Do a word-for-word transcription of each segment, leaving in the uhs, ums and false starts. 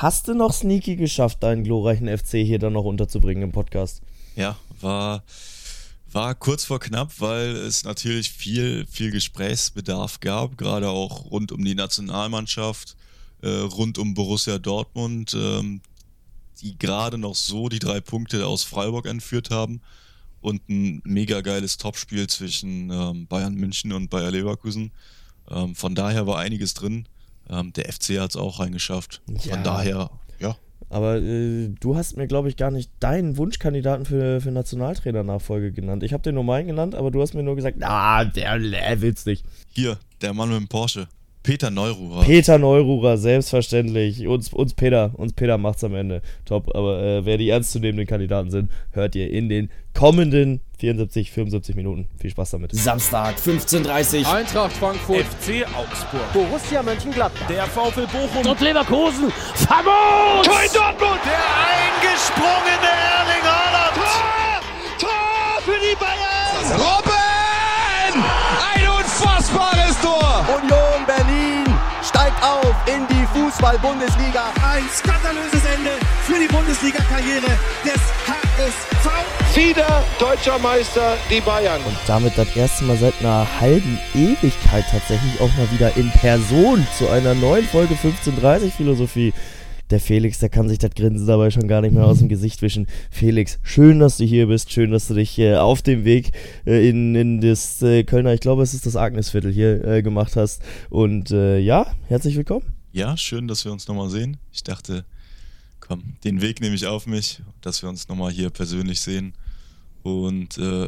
hast du noch sneaky geschafft, deinen glorreichen F C hier dann noch unterzubringen im Podcast? Ja, war, war kurz vor knapp, weil es natürlich viel, viel Gesprächsbedarf gab, gerade auch rund um die Nationalmannschaft, äh, rund um Borussia Dortmund, ähm, die gerade noch so die drei Punkte aus Freiburg entführt haben und ein mega geiles Topspiel zwischen ähm, Bayern München und Bayer Leverkusen. Ähm, von daher war einiges drin. Ähm, der F C hat es auch reingeschafft. Ja. Von daher, ja. Aber äh, du hast mir, glaube ich, gar nicht deinen Wunschkandidaten für, für Nationaltrainer-Nachfolge genannt. Ich habe den nur meinen genannt, aber du hast mir nur gesagt, ah, der, der will's nicht. Hier, der Mann mit dem Porsche. Peter Neururer. Peter Neururer, selbstverständlich. Uns, uns Peter, uns Peter macht's am Ende. Top, aber äh, wer die ernstzunehmenden Kandidaten sind, hört ihr in den kommenden vierundsiebzig, fünfundsiebzig Minuten. Viel Spaß damit. Samstag, fünfzehn Uhr dreißig. Eintracht Frankfurt. F C Augsburg. Borussia Mönchengladbach. Der VfL Bochum. Und Leverkusen. Famos! Tor in Dortmund. Der eingesprungene Erling Haaland. Tor! Tor für die Bayern. Robben! Ein unfassbares Tor! Union Berlin steigt auf in die Fußball-Bundesliga. Ein skandalöses Ende für die Bundesliga-Karriere des H S V. Wieder deutscher Meister, die Bayern. Und damit das erste Mal seit einer halben Ewigkeit tatsächlich auch mal wieder in Person zu einer neuen Folge fünfzehn Uhr dreißig Philosophie. Der Felix, der kann sich das Grinsen dabei schon gar nicht mehr aus dem Gesicht wischen. Felix, schön, dass du hier bist. Schön, dass du dich äh, auf dem Weg äh, in, in das äh, Kölner, ich glaube, es ist das Agnesviertel hier, äh, gemacht hast. Und äh, ja, herzlich willkommen. Ja, schön, dass wir uns nochmal sehen. Ich dachte, komm, den Weg nehme ich auf mich, dass wir uns nochmal hier persönlich sehen. Und äh,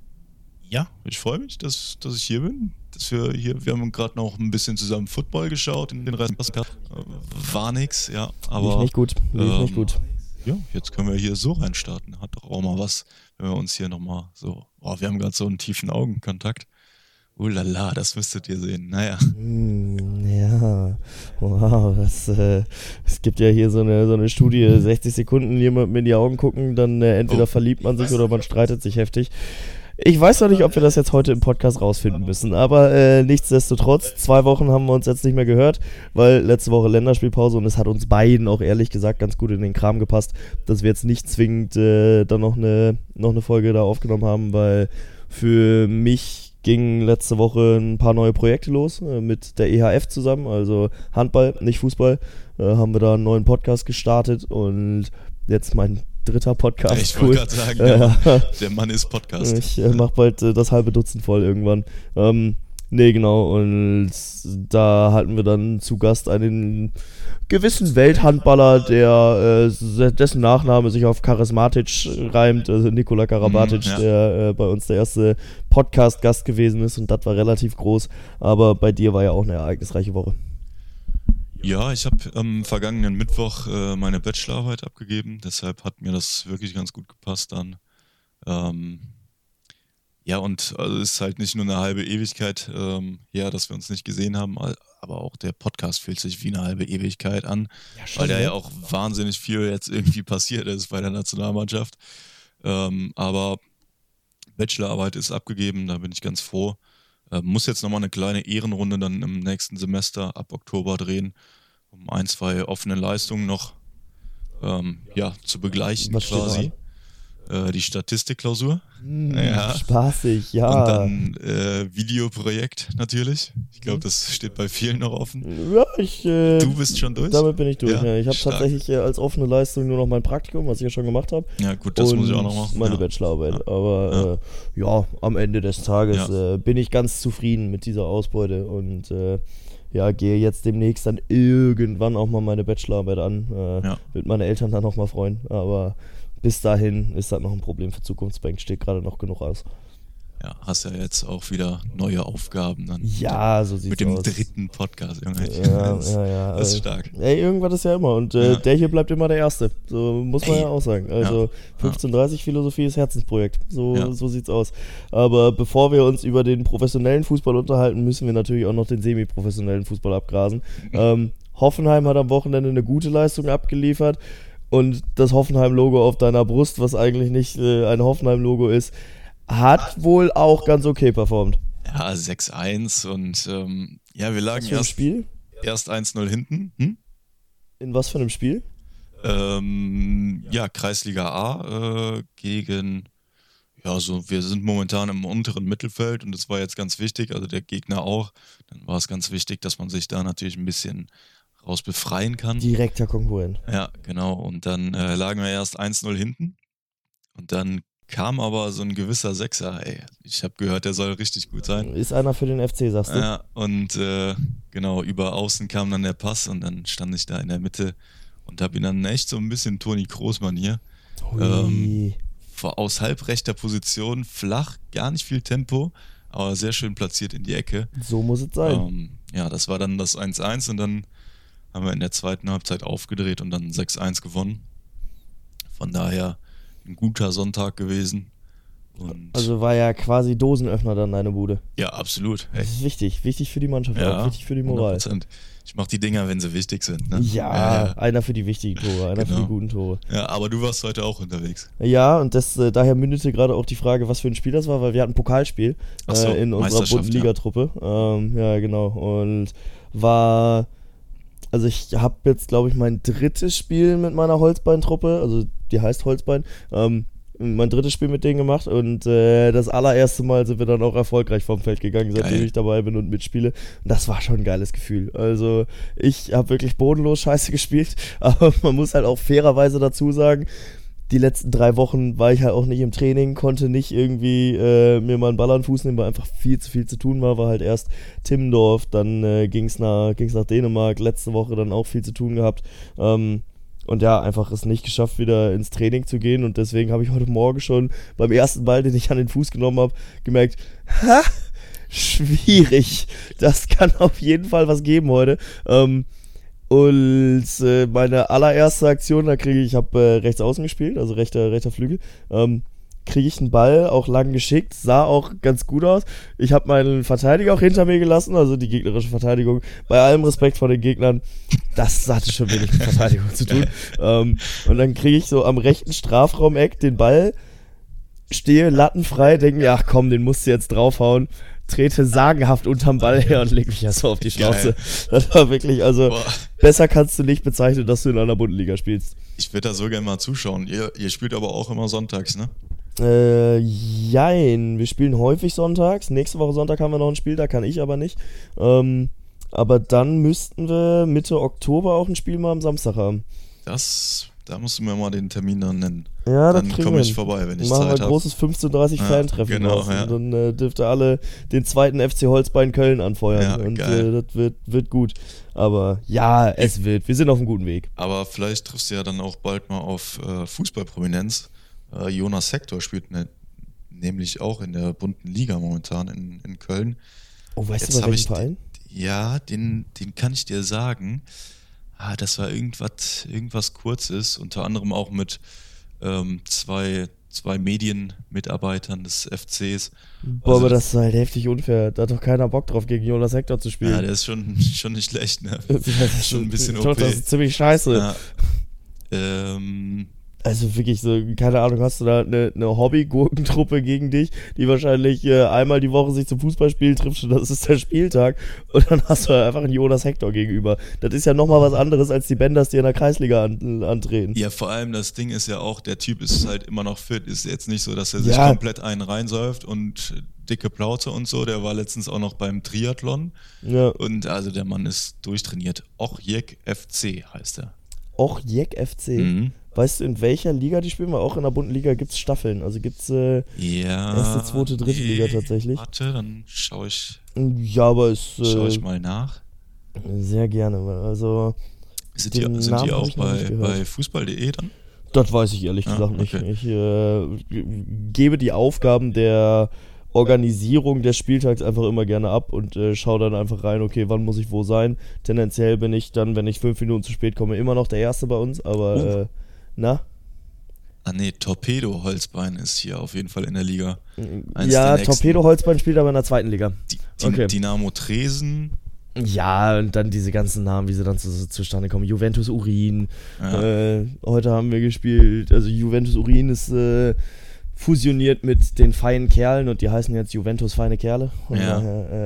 ja, ich freue mich, dass, dass ich hier bin. Dass wir hier, wir haben gerade noch ein bisschen zusammen Football geschaut, in den Rest war nix, ja. Aber Lief nicht gut, lief ähm, nicht gut. Ja, jetzt können wir hier so reinstarten. Hat doch auch mal was, wenn wir uns hier nochmal so, oh, wir haben gerade so einen tiefen Augenkontakt. Oh la la, das müsstet ihr sehen. Naja. Mm, ja, wow, das, äh, es gibt ja hier so eine, so eine Studie, sechzig Sekunden jemandem in die Augen gucken, dann äh, entweder oh. verliebt man sich oder man streitet sich heftig. Ich weiß noch nicht, ob wir das jetzt heute im Podcast rausfinden müssen, aber äh, nichtsdestotrotz, zwei Wochen haben wir uns jetzt nicht mehr gehört, weil letzte Woche Länderspielpause und es hat uns beiden auch ehrlich gesagt ganz gut in den Kram gepasst, dass wir jetzt nicht zwingend äh, dann noch eine, noch eine Folge da aufgenommen haben, weil für mich gingen letzte Woche ein paar neue Projekte los, äh, mit der E H F zusammen, also Handball, nicht Fußball, äh, haben wir da einen neuen Podcast gestartet und jetzt mein dritter Podcast. Ich cool. wollte gerade sagen, der, äh, der Mann ist Podcast. Ich äh, mach bald äh, das halbe Dutzend voll irgendwann. Ähm, nee, genau. Und da hatten wir dann zu Gast einen gewissen Welthandballer, der äh, dessen Nachname sich auf Charismatic reimt, also Nikola Karabatic, mm, ja. der äh, bei uns der erste Podcast-Gast gewesen ist und das war relativ groß. Aber bei dir war ja auch eine ereignisreiche Woche. Ja, ich habe am vergangenen Mittwoch äh, meine Bachelorarbeit abgegeben, deshalb hat mir das wirklich ganz gut gepasst dann. Ähm, ja, und also es ist halt nicht nur eine halbe Ewigkeit ähm, her, dass wir uns nicht gesehen haben, aber auch der Podcast fühlt sich wie eine halbe Ewigkeit an, ja, schon, weil da ja auch wahnsinnig viel jetzt irgendwie passiert ist bei der Nationalmannschaft. Ähm, aber Bachelorarbeit ist abgegeben, da bin ich ganz froh. Äh, muss jetzt nochmal eine kleine Ehrenrunde dann im nächsten Semester ab Oktober drehen, um ein, zwei offene Leistungen noch ähm, ja, zu begleichen. Was quasi. Äh, die Statistikklausur. Hm, ja. Spaßig, ja. Und dann äh, Videoprojekt natürlich. Ich glaube, das steht bei vielen noch offen. Ja, ich... Äh, du bist schon durch? Damit bin ich durch. Ja, ja. Ich habe Stark. tatsächlich äh, als offene Leistung nur noch mein Praktikum, was ich ja schon gemacht habe. Ja gut, das und muss ich auch noch machen. meine ja. Bachelorarbeit. Ja. Aber ja. Äh, ja, am Ende des Tages ja. äh, bin ich ganz zufrieden mit dieser Ausbeute und äh, ja, gehe jetzt demnächst dann irgendwann auch mal meine Bachelorarbeit an. Äh, ja. Wird meine Eltern dann noch mal freuen. Aber bis dahin ist das noch ein Problem für Zukunftsbank, steht gerade noch genug aus. Ja, hast ja jetzt auch wieder neue Aufgaben dann. Ja, so sieht's aus. Mit dem aus. dritten Podcast. Junge. Ja, ja, ja. Das ist stark. Ey, irgendwas ist ja immer. Und äh, ja. der hier bleibt immer der Erste. So muss man Ey. ja auch sagen. Also ja. fünfzehn Uhr dreißig Philosophie ist Herzensprojekt. So, ja. so sieht's aus. Aber bevor wir uns über den professionellen Fußball unterhalten, müssen wir natürlich auch noch den semi-professionellen Fußball abgrasen. ähm, Hoffenheim hat am Wochenende eine gute Leistung abgeliefert. Und das Hoffenheim-Logo auf deiner Brust, was eigentlich nicht äh, ein Hoffenheim-Logo ist, hat wohl auch ganz okay performt. Ja, sechs eins und ähm, ja, wir lagen erst, Spiel? erst eins null hinten. Hm? In was für einem Spiel? Ähm, ja, Kreisliga A äh, gegen, ja, so, wir sind momentan im unteren Mittelfeld und das war jetzt ganz wichtig, also der Gegner auch. Dann war es ganz wichtig, dass man sich da natürlich ein bisschen raus befreien kann. Direkter Konkurrent. Ja, genau. Und dann äh, lagen wir erst eins null hinten und dann kam aber so ein gewisser Sechser, ey, ich habe gehört, der soll richtig gut sein. Ist einer für den F C, sagst du? Ja, und äh, genau, über außen kam dann der Pass und dann stand ich da in der Mitte und habe ihn dann echt so ein bisschen Toni Kroos-Manier. Ähm, aus halbrechter Position, flach, gar nicht viel Tempo, aber sehr schön platziert in die Ecke. So muss es sein. Ähm, ja, das war dann das eins eins und dann haben wir in der zweiten Halbzeit aufgedreht und dann sechs eins gewonnen. Von daher ein guter Sonntag gewesen. Und also war ja quasi Dosenöffner dann deine Bude. Ja, absolut. Das ist wichtig, wichtig für die Mannschaft, ja, auch wichtig für die Moral. hundert Prozent. Ich mach die Dinger, wenn sie wichtig sind. Ne? Ja, ja, einer für die wichtigen Tore, einer genau. für die guten Tore. Ja, aber du warst heute auch unterwegs. Ja, und das, äh, daher mündete gerade auch die Frage, was für ein Spiel das war, weil wir hatten ein Pokalspiel Ach so, äh, in unserer bunten Ligatruppe. Ja. Ähm, ja, genau. Und war, also ich habe jetzt, glaube ich, mein drittes Spiel mit meiner Holzbeintruppe, also die heißt Holzbein, ähm, mein drittes Spiel mit denen gemacht und äh, das allererste Mal sind wir dann auch erfolgreich vom Feld gegangen, seitdem Geil. ich dabei bin und mitspiele. Und das war schon ein geiles Gefühl. Also ich habe wirklich bodenlos scheiße gespielt, aber man muss halt auch fairerweise dazu sagen, die letzten drei Wochen war ich halt auch nicht im Training, konnte nicht irgendwie äh, mir mal einen Ball an den Fuß nehmen, weil einfach viel zu viel zu tun war. War halt erst Timmendorf, dann äh, ging es nach, ging's nach Dänemark, letzte Woche dann auch viel zu tun gehabt. Ähm, Und ja, einfach es nicht geschafft, wieder ins Training zu gehen. Und deswegen habe ich heute Morgen schon beim ersten Ball, den ich an den Fuß genommen habe, gemerkt, ha, schwierig. Das kann auf jeden Fall was geben heute. Ähm, und äh, meine allererste Aktion, da kriege ich, ich habe äh, rechts außen gespielt, also rechter, rechter Flügel, ähm, kriege ich einen Ball, auch lang geschickt, sah auch ganz gut aus. Ich habe meinen Verteidiger auch hinter mir gelassen, also die gegnerische Verteidigung. Bei allem Respekt vor den Gegnern, das hatte schon wenig mit Verteidigung zu tun. ähm, und dann kriege ich so am rechten Strafraumeck den Ball, stehe lattenfrei, denke mir, ach komm, den musst du jetzt draufhauen. Trete sagenhaft unterm Ball her und leg mich erst so auf die Schnauze. Geil. Das war wirklich, also Boah. besser kannst du nicht bezeichnen, dass du in einer Bundesliga spielst. Ich würde da so gerne mal zuschauen. Ihr, ihr spielt aber auch immer sonntags, ne? Äh, jein. Wir spielen häufig sonntags. Nächste Woche Sonntag haben wir noch ein Spiel, da kann ich aber nicht. Ähm, aber dann müssten wir Mitte Oktober auch ein Spiel mal am Samstag haben. Das, da musst du mir mal den Termin dann nennen. Ja, dann das komme ich vorbei, wenn ich Zeit habe. Machen wir ein großes fünfzehn Uhr dreißig ja, Fan-Treffen genau, raus. ja. Und dann äh, dürft ihr alle den zweiten F C Holzbein Köln anfeuern. Ja, und geil. äh, das wird, wird gut. Aber ja, es ich, wird. Wir sind auf einem guten Weg. Aber vielleicht triffst du ja dann auch bald mal auf äh, Fußballprominenz. Äh, Jonas Hector spielt ne, nämlich auch in der bunten Liga momentan in, in Köln. Oh, weißt Jetzt du, bei welchem ich, Verein? Ja, den, den kann ich dir sagen. Ah, das war irgendwas, irgendwas Kurzes, unter anderem auch mit ähm, zwei, zwei Medienmitarbeitern des F Cs. Boah, also, aber das ist halt heftig unfair. Da hat doch keiner Bock drauf, gegen Jonas Hector zu spielen. Ja, der ist schon, schon nicht schlecht, ne? Das ist schon ein bisschen O P. Doch, das ist ziemlich scheiße. Ja. Ähm... Also wirklich so, keine Ahnung, hast du da eine, eine Hobby-Gurkentruppe gegen dich, die wahrscheinlich äh, einmal die Woche sich zum Fußballspielen trifft und das ist der Spieltag und dann hast du einfach einen Jonas Hector gegenüber. Das ist ja nochmal was anderes als die Benders, die in der Kreisliga an, antreten. Ja, vor allem das Ding ist ja auch, der Typ ist halt immer noch fit, ist jetzt nicht so, dass er sich ja. komplett einen reinsäuft und dicke Plauze und so, der war letztens auch noch beim Triathlon ja. und also der Mann ist durchtrainiert. Ochjek F C heißt er. Ochjek F C? Mhm. Weißt du, in welcher Liga die spielen? Weil auch in der bunten Liga gibt es Staffeln. Also gibt es äh, ja, erste, zweite, dritte nee, Liga tatsächlich. Warte, dann schaue ich. Ja, aber es. Äh, schaue ich mal nach. Sehr gerne. Also. Sind die, sind die auch bei, bei Fußball punkt de dann? Das weiß ich ehrlich gesagt ah, okay. nicht. Ich äh, gebe die Aufgaben der Organisierung des Spieltags einfach immer gerne ab und äh, schaue dann einfach rein, okay, wann muss ich wo sein. Tendenziell bin ich dann, wenn ich fünf Minuten zu spät komme, immer noch der Erste bei uns, aber oh. äh, na? Ah ne, Torpedo Holzbein ist hier auf jeden Fall in der Liga. Eins ja, Torpedo Holzbein spielt aber in der zweiten Liga. Die, die okay. Dynamo Dresden. Ja, und dann diese ganzen Namen, wie sie dann zu, zustande kommen. Juventus Urin. Ja. Äh, heute haben wir gespielt, also Juventus Urin ist äh, fusioniert mit den feinen Kerlen und die heißen jetzt Juventus feine Kerle. Und ja. daher, äh,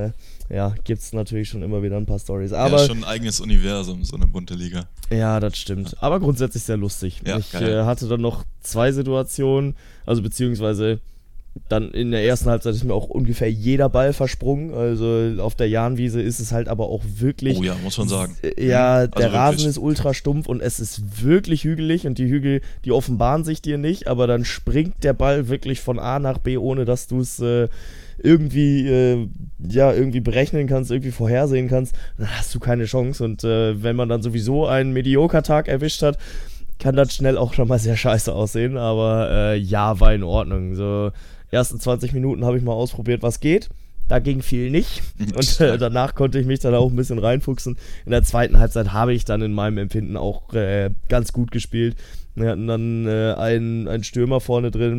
ja, gibt es natürlich schon immer wieder ein paar Storys. Aber ja, schon ein eigenes Universum, so eine bunte Liga. Ja, das stimmt. Aber grundsätzlich sehr lustig. Ja, ich äh, hatte dann noch zwei Situationen, also beziehungsweise dann in der ersten Halbzeit ist mir auch ungefähr jeder Ball versprungen. Also auf der Jahnwiese ist es halt aber auch wirklich... Oh ja, muss man sagen. Ja, also der Rasen wirklich. ist ultra stumpf und es ist wirklich hügelig und die Hügel, die offenbaren sich dir nicht, aber dann springt der Ball wirklich von A nach B, ohne dass du es äh, irgendwie, äh, ja, irgendwie berechnen kannst, irgendwie vorhersehen kannst. Dann hast du keine Chance und äh, wenn man dann sowieso einen Mediocre-Tag erwischt hat, kann das schnell auch schon mal sehr scheiße aussehen, aber äh, ja, war in Ordnung. So, ersten zwanzig Minuten habe ich mal ausprobiert, was geht. Da ging viel nicht und äh, danach konnte ich mich dann auch ein bisschen reinfuchsen. In der zweiten Halbzeit habe ich dann in meinem Empfinden auch äh, ganz gut gespielt. Wir hatten dann äh, einen, einen Stürmer vorne drin.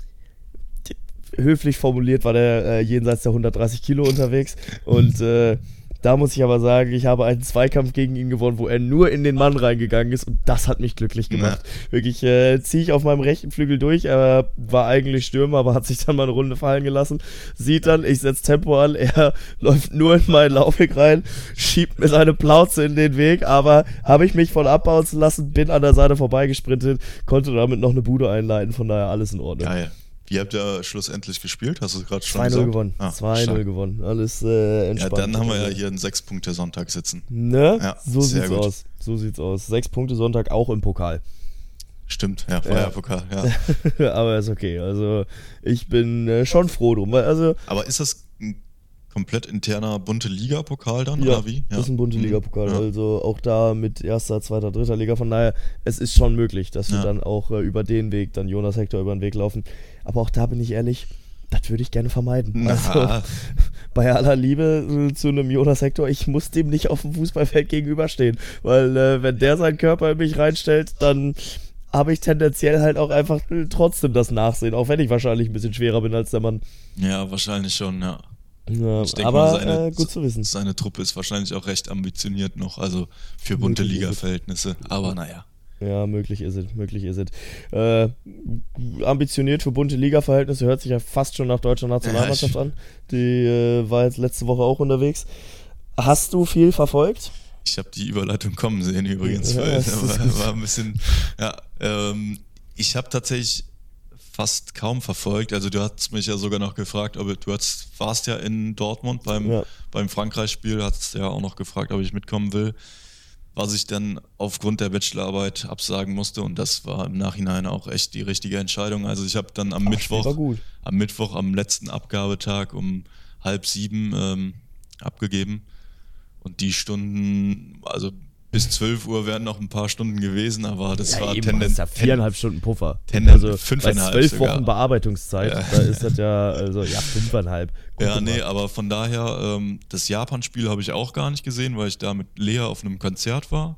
Höflich formuliert war der äh, jenseits der hundertdreißig Kilo unterwegs und äh, da muss ich aber sagen, ich habe einen Zweikampf gegen ihn gewonnen, wo er nur in den Mann reingegangen ist und das hat mich glücklich gemacht. Ja. Wirklich, äh, ziehe ich auf meinem rechten Flügel durch, er war eigentlich Stürmer, aber hat sich dann mal eine Runde fallen gelassen. Sieht dann, ich setze Tempo an, er läuft nur in meinen Laufweg rein, schiebt mir seine Plauze in den Weg, aber habe ich mich von abbauen lassen, bin an der Seite vorbeigesprintet, konnte damit noch eine Bude einleiten, von daher alles in Ordnung. Geil. Wie habt ihr schlussendlich gespielt? Hast du es gerade schon zwei null gesagt? gewonnen. Ah, zwei null gewonnen. Alles äh, entspannt. Ja, dann haben wir ja hier einen sechs-Punkte-Sonntag sitzen. Ne? Ja, so sehr sieht's gut. aus. So sieht's aus. Sechs-Punkte-Sonntag auch im Pokal. Stimmt, ja, war ja Pokal, ja. Aber ist okay. Also ich bin äh, schon froh drum. Weil, also, Aber ist das ein komplett interner bunte Liga-Pokal dann, ja, oder wie? Ja, ist ein bunte Liga-Pokal. Ja. Also auch da mit erster, zweiter, dritter Liga. Von daher, es ist schon möglich, dass wir Ja. dann auch äh, über den Weg, dann Jonas Hector über den Weg laufen. Aber auch da bin ich ehrlich, das würde ich gerne vermeiden. Na. Also, bei aller Liebe äh, zu einem Jonas Hector, ich muss dem nicht auf dem Fußballfeld gegenüberstehen. Weil äh, wenn der seinen Körper in mich reinstellt, dann habe ich tendenziell halt auch einfach äh, trotzdem das Nachsehen. Auch wenn ich wahrscheinlich ein bisschen schwerer bin als der Mann. Ja, wahrscheinlich schon, ja. Ja, Ich denke aber mal, seine, äh, gut zu wissen. seine Truppe ist wahrscheinlich auch recht ambitioniert noch, also für bunte Möglich ist es. Liga-Verhältnisse. Aber naja. Ja, möglich ist es, möglich ist es. Äh, ambitioniert für bunte Liga-Verhältnisse, hört sich ja fast schon nach deutscher Nationalmannschaft Ja, an. Die äh, war jetzt letzte Woche auch unterwegs. Hast du viel verfolgt? Ich habe die Überleitung kommen sehen übrigens, Ja, weil das das ist- war, war ein bisschen, ja, ähm, ich habe tatsächlich fast kaum verfolgt, also du hast mich ja sogar noch gefragt, ob du hast, warst ja in Dortmund beim, Ja. beim Frankreich-Spiel, hast ja auch noch gefragt, ob ich mitkommen will, was ich dann aufgrund der Bachelorarbeit absagen musste und das war im Nachhinein auch echt die richtige Entscheidung, also ich habe dann am Ach, Mittwoch, war gut. am Mittwoch, am letzten Abgabetag um halb sieben ähm, abgegeben. Und die Stunden, also bis zwölf Uhr wären noch ein paar Stunden gewesen, aber das war eben, Tendenz. das ist ja viereinhalb Stunden Puffer. Tenden- also bei fünfeinhalb zwölf sogar. Wochen Bearbeitungszeit, Ja. da ist das ja, also ja, fünfeinhalb. Guck Ja, mal. nee, aber von daher, ähm, das Japan-Spiel habe ich auch gar nicht gesehen, weil ich da mit Lea auf einem Konzert war.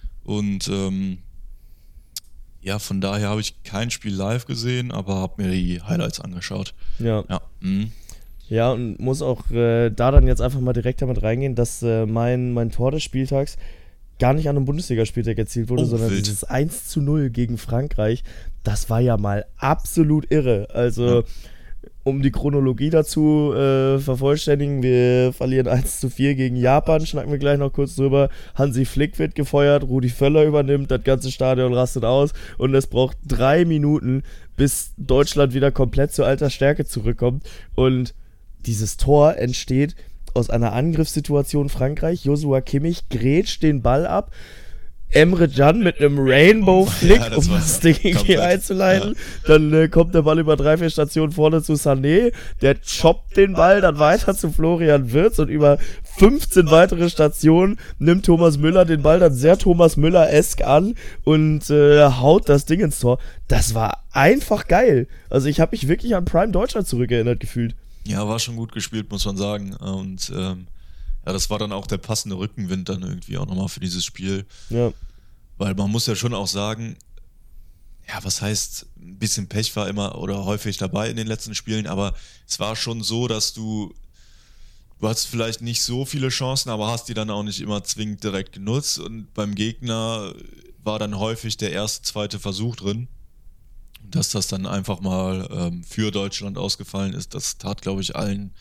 Und ähm, ja, von daher habe ich kein Spiel live gesehen, aber habe mir die Highlights angeschaut. Ja. Ja, mhm. Ja, und muss auch äh, da dann jetzt einfach mal direkt damit reingehen, dass äh, mein, mein Tor des Spieltags gar nicht an einem Bundesligaspieltag erzielt wurde, Oh, sondern wild. dieses eins zu null gegen Frankreich, das war ja mal absolut irre. Also, Ja. um die Chronologie dazu äh, vervollständigen, wir verlieren eins zu vier gegen Japan, schnacken wir gleich noch kurz drüber. Hansi Flick wird gefeuert, Rudi Völler übernimmt, das ganze Stadion rastet aus und es braucht drei Minuten, bis Deutschland wieder komplett zur alter Stärke zurückkommt und dieses Tor entsteht aus einer Angriffssituation Frankreich. Joshua Kimmich grätscht den Ball ab. Emre Can mit einem Rainbow-Flick, Ja, das um war das Ding komplett, einzuleiten. Dann äh, kommt der Ball über drei, vier Stationen vorne zu Sané. Der choppt den Ball dann weiter zu Florian Wirtz und über fünfzehn weitere Stationen nimmt Thomas Müller den Ball dann sehr Thomas Müller-esk an und äh, haut das Ding ins Tor. Das war einfach geil. Also ich habe mich wirklich an Prime Deutschland zurückerinnert gefühlt. Ja, war schon gut gespielt, muss man sagen. Und ähm, ja, das war dann auch der passende Rückenwind dann irgendwie auch nochmal für dieses Spiel. Ja. Weil man muss ja schon auch sagen, ja, was heißt, ein bisschen Pech war immer oder häufig dabei in den letzten Spielen, aber es war schon so, dass du, du hast vielleicht nicht so viele Chancen, aber hast die dann auch nicht immer zwingend direkt genutzt und beim Gegner war dann häufig der erste, zweite Versuch drin. Dass das dann einfach mal ähm, für Deutschland ausgefallen ist, das tat, glaube ich, allen,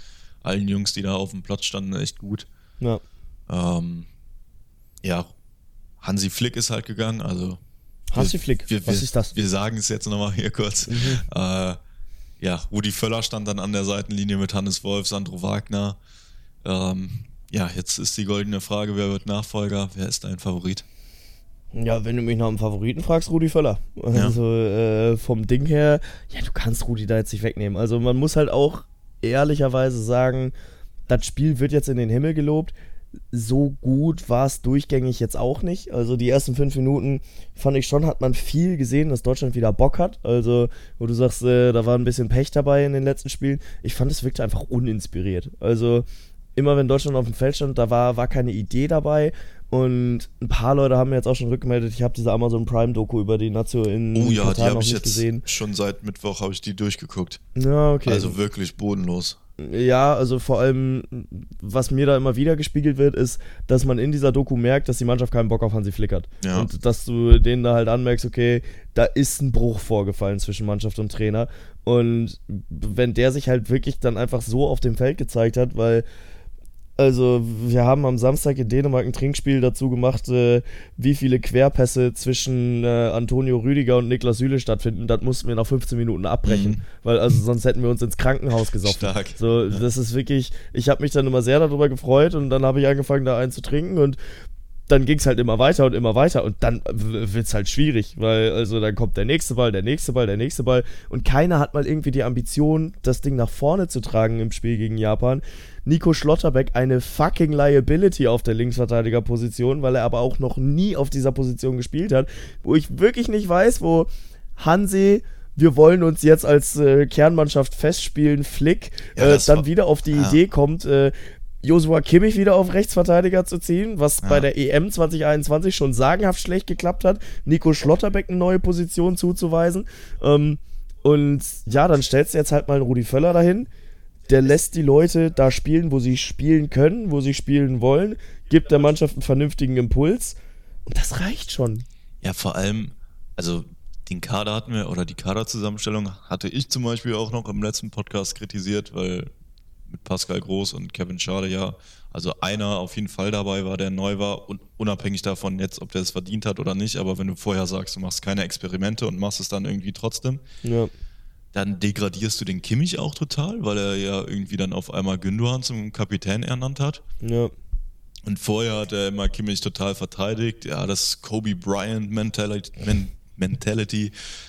allen Jungs, die da auf dem Platz standen, echt gut. Ja. Ähm, ja, Hansi Flick ist halt gegangen, also Hansi Flick, wir, was wir, ist das? Wir sagen es jetzt nochmal hier kurz. Mhm. Äh, ja, Rudi Völler stand dann an der Seitenlinie mit Hannes Wolf, Sandro Wagner. Ähm, ja, jetzt ist die goldene Frage, wer wird Nachfolger, wer ist dein Favorit? Ja, wenn du mich nach einem Favoriten fragst, Rudi Völler. Also ja. äh, vom Ding her, ja, du kannst Rudi da jetzt nicht wegnehmen. Also man muss halt auch ehrlicherweise sagen, das Spiel wird jetzt in den Himmel gelobt. So gut war es durchgängig jetzt auch nicht. Also die ersten fünf Minuten fand ich schon, hat man viel gesehen, dass Deutschland wieder Bock hat. Also wo du sagst, äh, da war ein bisschen Pech dabei in den letzten Spielen. Ich fand, es wirkte einfach uninspiriert. Also immer wenn Deutschland auf dem Feld stand, da war, war keine Idee dabei. Und ein paar Leute haben mir jetzt auch schon rückgemeldet, ich habe diese Amazon Prime Doku über die Nazio in Oh ja, Katar die habe noch ich nicht jetzt gesehen. schon seit Mittwoch habe ich die durchgeguckt. Ja, okay. Also wirklich bodenlos. Ja, also vor allem, was mir da immer wieder gespiegelt wird, ist, dass man in dieser Doku merkt, dass die Mannschaft keinen Bock auf Hansi Flick hat. Ja. Und dass du denen da halt anmerkst, okay, da ist ein Bruch vorgefallen zwischen Mannschaft und Trainer. Und wenn der sich halt wirklich dann einfach so auf dem Feld gezeigt hat, weil also wir haben am Samstag in Dänemark ein Trinkspiel dazu gemacht, äh, wie viele Querpässe zwischen äh, Antonio Rüdiger und Niklas Süle stattfinden. Das mussten wir nach fünfzehn Minuten abbrechen, mhm. weil also sonst hätten wir uns ins Krankenhaus gesoffen. Stark. So, ja. Das ist wirklich, ich habe mich dann immer sehr darüber gefreut und dann habe ich angefangen da einen zu trinken und dann ging es halt immer weiter und immer weiter und dann wird es halt schwierig, weil also dann kommt der nächste Ball, der nächste Ball, der nächste Ball und keiner hat mal irgendwie die Ambition, das Ding nach vorne zu tragen im Spiel gegen Japan. Nico Schlotterbeck eine fucking Liability auf der Linksverteidigerposition, weil er aber auch noch nie auf dieser Position gespielt hat, wo ich wirklich nicht weiß, wo Hansi, wir wollen uns jetzt als äh, Kernmannschaft festspielen, Flick, ja, äh, dann war, wieder auf die ja. Idee kommt, äh, Joshua Kimmich wieder auf Rechtsverteidiger zu ziehen, was ja. bei der E M zwanzig einundzwanzig schon sagenhaft schlecht geklappt hat, Nico Schlotterbeck eine neue Position zuzuweisen. Ähm, und ja, dann stellst du jetzt halt mal einen Rudi Völler dahin, der lässt die Leute da spielen, wo sie spielen können, wo sie spielen wollen, gibt der Mannschaft einen vernünftigen Impuls und das reicht schon. Ja, vor allem, also den Kader hatten wir, oder die Kaderzusammenstellung hatte ich zum Beispiel auch noch im letzten Podcast kritisiert, weil mit Pascal Groß und Kevin Schade ja, also einer auf jeden Fall dabei war, der neu war und unabhängig davon jetzt, ob der es verdient hat oder nicht, aber wenn du vorher sagst, du machst keine Experimente und machst es dann irgendwie trotzdem, ja. dann degradierst du den Kimmich auch total, weil er ja irgendwie dann auf einmal Gündoğan zum Kapitän ernannt hat. Ja. Und vorher hat er immer Kimmich total verteidigt, ja, das Kobe Bryant Mentality, Men- Mentality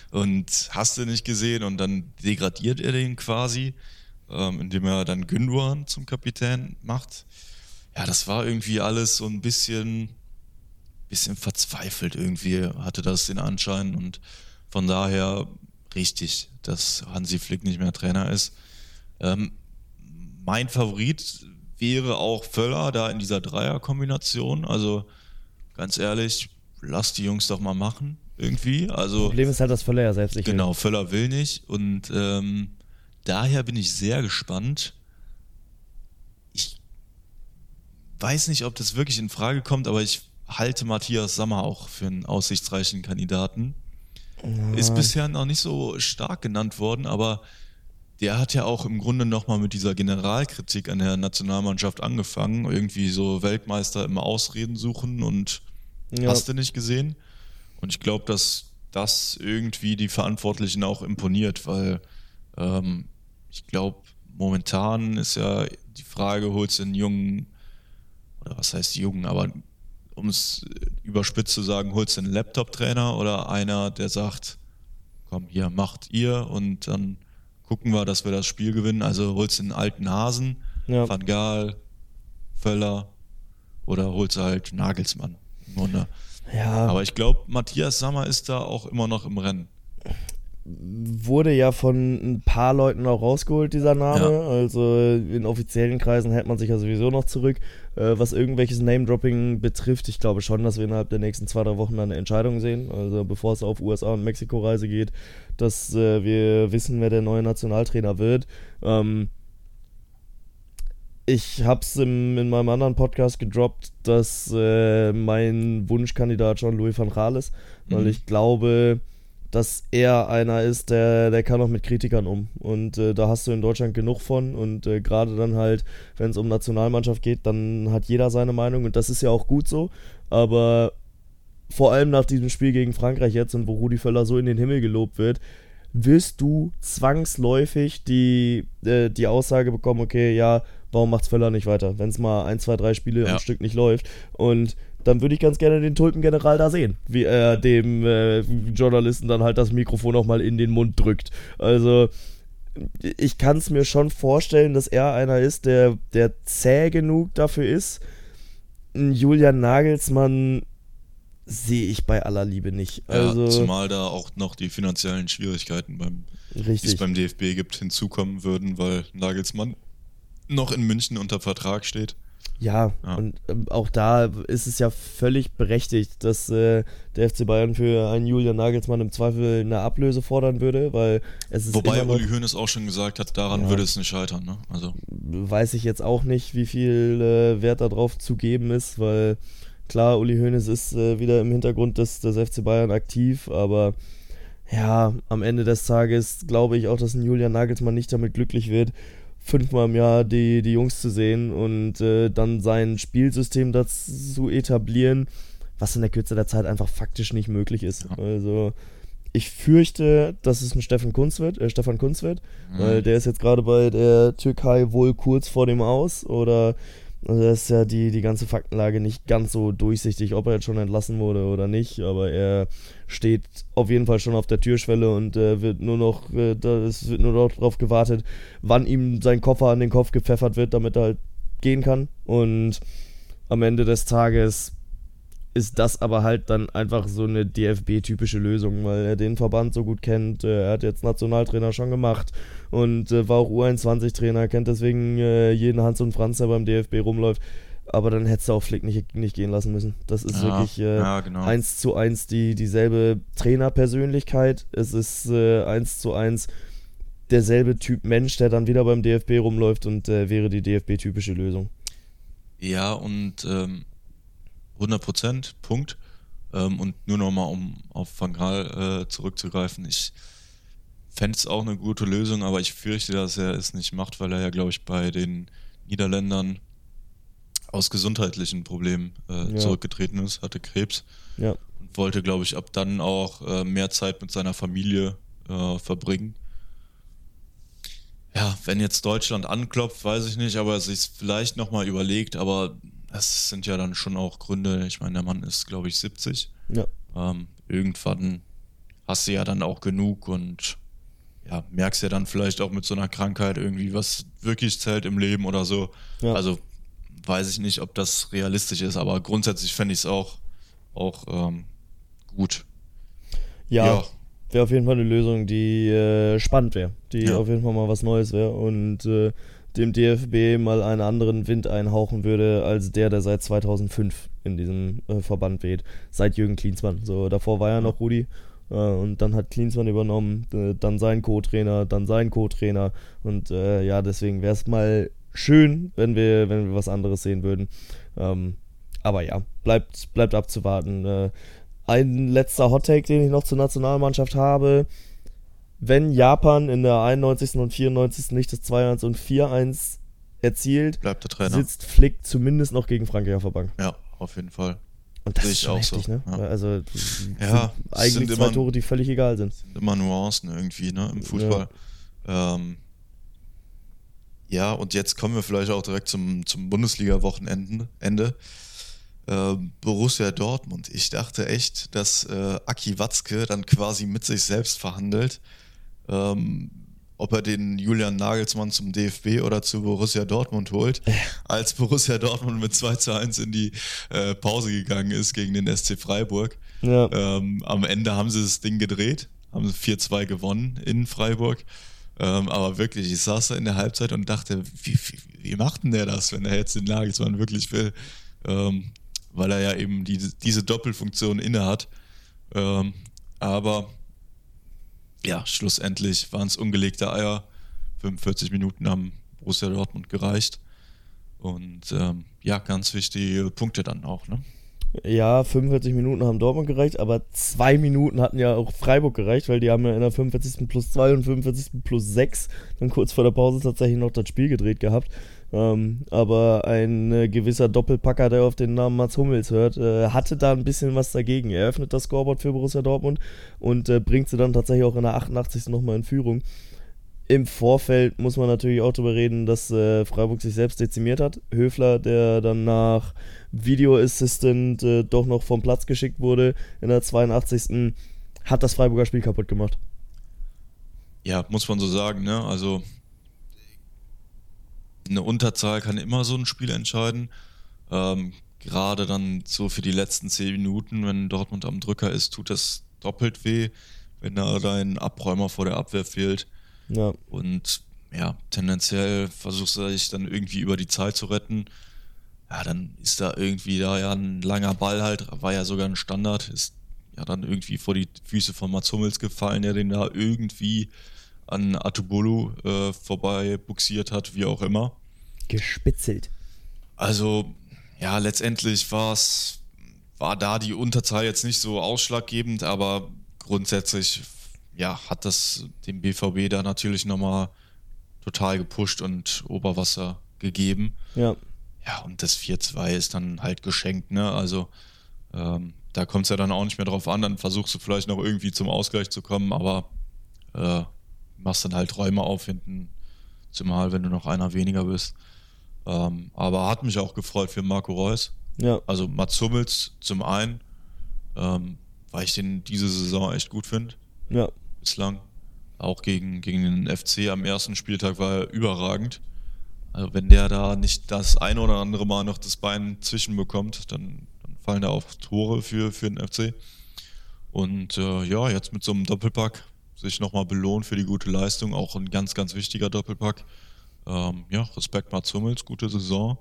und hast du nicht gesehen und dann degradiert er den quasi, ähm, indem er dann Gündoğan zum Kapitän macht. Ja, das war irgendwie alles so ein bisschen, bisschen verzweifelt irgendwie, hatte das den Anschein und von daher richtig, dass Hansi Flick nicht mehr Trainer ist. Ähm, mein Favorit wäre auch Völler da in dieser Dreierkombination. Also ganz ehrlich, lass die Jungs doch mal machen irgendwie. Also, das Problem ist halt, dass Völler ja selbst nicht will. Genau, Völler will nicht und ähm, daher bin ich sehr gespannt. Ich weiß nicht, ob das wirklich in Frage kommt, aber ich halte Matthias Sammer auch für einen aussichtsreichen Kandidaten. Ja. Ist bisher noch nicht so stark genannt worden, aber der hat ja auch im Grunde nochmal mit dieser Generalkritik an der Nationalmannschaft angefangen. Irgendwie so Weltmeister immer Ausreden suchen und ja. Hast du nicht gesehen? Und ich glaube, dass das irgendwie die Verantwortlichen auch imponiert, weil ähm, ich glaube, momentan ist ja die Frage, holst du einen jungen, oder was heißt jungen, aber um es überspitzt zu sagen, holst du einen Laptop-Trainer oder einer, der sagt, komm, hier, macht ihr und dann gucken wir, dass wir das Spiel gewinnen. Also holst du einen alten Hasen, ja. Van Gaal, Völler oder holst du halt Nagelsmann im Grunde. Ja. Aber ich glaube, Matthias Sammer ist da auch immer noch im Rennen. Wurde ja von ein paar Leuten auch rausgeholt, dieser Name. Ja. Also in offiziellen Kreisen hält man sich ja sowieso noch zurück. Äh, was irgendwelches Name-Dropping betrifft, ich glaube schon, dass wir innerhalb der nächsten zwei, drei Wochen eine Entscheidung sehen. Also bevor es auf U S A und Mexiko-Reise geht, dass äh, wir wissen, wer der neue Nationaltrainer wird. Ähm, ich habe es in meinem anderen Podcast gedroppt, dass äh, mein Wunschkandidat Jean-Louis van Gaal ist, weil mhm. ich glaube, dass er einer ist, der, der kann auch mit Kritikern um. Und äh, da hast du in Deutschland genug von. Und äh, gerade dann halt, wenn es um Nationalmannschaft geht, dann hat jeder seine Meinung. Und das ist ja auch gut so. Aber vor allem nach diesem Spiel gegen Frankreich jetzt und wo Rudi Völler so in den Himmel gelobt wird, wirst du zwangsläufig die, äh, die Aussage bekommen, okay, ja, warum macht's Völler nicht weiter, wenn es mal ein, zwei, drei Spiele ja. am Stück nicht läuft. Und dann würde ich ganz gerne den Tulpengeneral da sehen, wie er dem äh, Journalisten dann halt das Mikrofon nochmal in den Mund drückt. Also ich kann es mir schon vorstellen, dass er einer ist, der, der zäh genug dafür ist. Julian Nagelsmann sehe ich bei aller Liebe nicht. Also, ja, zumal da auch noch die finanziellen Schwierigkeiten, beim, die es beim D F B gibt, hinzukommen würden, weil Nagelsmann noch in München unter Vertrag steht. Ja, ja. und ähm, auch da ist es ja völlig berechtigt, dass äh, der F C Bayern für einen Julian Nagelsmann im Zweifel eine Ablöse fordern würde, weil es ist Wobei immer noch, Uli Hoeneß auch schon gesagt hat, daran ja, würde es nicht scheitern. Ne? Also weiß ich jetzt auch nicht, wie viel äh, Wert darauf zu geben ist, weil klar, Uli Hoeneß ist äh, wieder im Hintergrund des, des F C Bayern aktiv, aber ja, am Ende des Tages glaube ich auch, dass ein Julian Nagelsmann nicht damit glücklich wird, fünfmal im Jahr die, die Jungs zu sehen und äh, dann sein Spielsystem dazu etablieren, was in der Kürze der Zeit einfach faktisch nicht möglich ist. Ja. Also ich fürchte, dass es ein Stefan Kuntz wird, äh, Stefan Kuntz wird, mhm. weil der ist jetzt gerade bei der Türkei wohl kurz vor dem Aus oder also da ist ja die, die ganze Faktenlage nicht ganz so durchsichtig, ob er jetzt schon entlassen wurde oder nicht, aber er steht auf jeden Fall schon auf der Türschwelle und äh, wird nur noch, äh, da, es wird nur noch darauf gewartet, wann ihm sein Koffer an den Kopf gepfeffert wird, damit er halt gehen kann. Und am Ende des Tages ist das aber halt dann einfach so eine D F B-typische Lösung, weil er den Verband so gut kennt. Er hat jetzt Nationaltrainer schon gemacht und äh, war auch U einundzwanzig-Trainer, kennt deswegen äh, jeden Hans und Franz, der beim D F B rumläuft. Aber dann hättest du auch Flick nicht, nicht gehen lassen müssen. Das ist ja, wirklich äh, ja, genau. eins zu eins die, dieselbe Trainerpersönlichkeit. Es ist äh, eins zu eins derselbe Typ Mensch, der dann wieder beim D F B rumläuft und äh, wäre die D F B-typische Lösung. Ja, und ähm hundert Prozent, Punkt. Ähm, und nur nochmal, um auf Van Gaal äh, zurückzugreifen, ich fände es auch eine gute Lösung, aber ich fürchte, dass er es nicht macht, weil er ja, glaube ich, bei den Niederländern aus gesundheitlichen Problemen äh, ja. zurückgetreten ist, hatte Krebs ja. und wollte, glaube ich, ab dann auch äh, mehr Zeit mit seiner Familie äh, verbringen. Ja, wenn jetzt Deutschland anklopft, weiß ich nicht, aber er sich vielleicht nochmal überlegt, aber das sind ja dann schon auch Gründe, ich meine, der Mann ist, glaube ich, siebzig. Ja. Ähm, irgendwann hast du ja dann auch genug und ja, merkst ja dann vielleicht auch mit so einer Krankheit irgendwie, was wirklich zählt im Leben oder so. Ja. Also weiß ich nicht, ob das realistisch ist, aber grundsätzlich fände ich es auch, auch ähm, gut. Ja, ja. Wäre auf jeden Fall eine Lösung, die äh, spannend wäre, die ja. auf jeden Fall mal was Neues wäre und äh, dem D F B mal einen anderen Wind einhauchen würde, als der, der seit zweitausendfünf in diesem äh, Verband weht. Seit Jürgen Klinsmann. So, davor war ja noch Rudi äh, und dann hat Klinsmann übernommen, äh, dann sein Co-Trainer, dann sein Co-Trainer und äh, ja, deswegen wäre es mal schön, wenn wir, wenn wir was anderes sehen würden. Ähm, aber ja, bleibt, bleibt abzuwarten. Äh, ein letzter Hottake, den ich noch zur Nationalmannschaft habe: Wenn Japan in der einundneunzigsten und vierundneunzigsten nicht das zwei eins und vier eins erzielt, bleibt der Trainer. Sitzt Flick zumindest noch gegen Frankreich auf der Bank. Ja, auf jeden Fall. Und das Sehe ist schon heftig, so. ne? Ja. Also ja, eigentlich sind zwei immer, Tore, die völlig egal sind. sind immer Nuancen irgendwie, ne, im Fußball. Ja. Ähm, ja, und jetzt kommen wir vielleicht auch direkt zum, zum Bundesliga-Wochenende. Ende. Äh, Borussia Dortmund. Ich dachte echt, dass äh, Aki Watzke dann quasi mit sich selbst verhandelt, ähm, ob er den Julian Nagelsmann zum D F B oder zu Borussia Dortmund holt, als Borussia Dortmund mit zwei zu eins in die äh, Pause gegangen ist gegen den S C Freiburg. Ja. Ähm, am Ende haben sie das Ding gedreht, haben vier zwei gewonnen in Freiburg. Ähm, aber wirklich, ich saß da in der Halbzeit und dachte, wie, wie, wie macht denn der das, wenn er jetzt den Nagelsmann wirklich will? Ähm, weil er ja eben die, diese Doppelfunktion inne hat. Ähm, aber ja, schlussendlich waren es ungelegte Eier. fünfundvierzig Minuten haben Borussia Dortmund gereicht. Und ähm, ja, ganz wichtige Punkte dann auch, ne? Ja, fünfundvierzig Minuten haben Dortmund gereicht, aber zwei Minuten hatten ja auch Freiburg gereicht, weil die haben ja in der fünfundvierzigsten plus zwei und fünfundvierzigsten plus sechs dann kurz vor der Pause tatsächlich noch das Spiel gedreht gehabt. Ähm, aber ein äh, gewisser Doppelpacker, der auf den Namen Mats Hummels hört, äh, hatte da ein bisschen was dagegen. Er öffnet das Scoreboard für Borussia Dortmund und äh, bringt sie dann tatsächlich auch in der achtundachtzigsten nochmal in Führung. Im Vorfeld muss man natürlich auch darüber reden, dass äh, Freiburg sich selbst dezimiert hat. Höfler, der dann nach Video Assistant äh, doch noch vom Platz geschickt wurde in der zweiundachtzigsten hat das Freiburger Spiel kaputt gemacht. Ja, muss man so sagen, ne? Also eine Unterzahl kann immer so ein Spiel entscheiden. Ähm, gerade dann so für die letzten zehn Minuten, wenn Dortmund am Drücker ist, tut das doppelt weh, wenn da dein Abräumer vor der Abwehr fehlt. Ja. Und ja, tendenziell versuchst du dich dann irgendwie über die Zeit zu retten. Ja, dann ist da irgendwie da ja ein langer Ball halt, war ja sogar ein Standard, ist ja dann irgendwie vor die Füße von Mats Hummels gefallen, der den da irgendwie an Atubolu äh, vorbei buxiert hat, wie auch immer. Gespitzelt. Also, ja, letztendlich war's, war da die Unterzahl jetzt nicht so ausschlaggebend, aber grundsätzlich ja, hat das dem B V B da natürlich nochmal total gepusht und Oberwasser gegeben. Ja. Ja, und das vier zwei ist dann halt geschenkt, ne? Also ähm, da kommt es ja dann auch nicht mehr drauf an, dann versuchst du vielleicht noch irgendwie zum Ausgleich zu kommen, aber äh, machst dann halt Räume auf hinten, zumal wenn du noch einer weniger bist. Ähm, aber hat mich auch gefreut für Marco Reus. Ja. Also Mats Hummels zum einen, ähm, weil ich den diese Saison echt gut finde. Ja. Bislang. Auch gegen, gegen den F C am ersten Spieltag war er überragend. Also wenn der da nicht das ein oder andere Mal noch das Bein zwischenbekommt, dann, dann fallen da auch Tore für, für den F C. Und äh, ja, jetzt mit so einem Doppelpack sich nochmal belohnt für die gute Leistung, auch ein ganz, ganz wichtiger Doppelpack. Ähm, ja, Respekt Mats Hummels, gute Saison.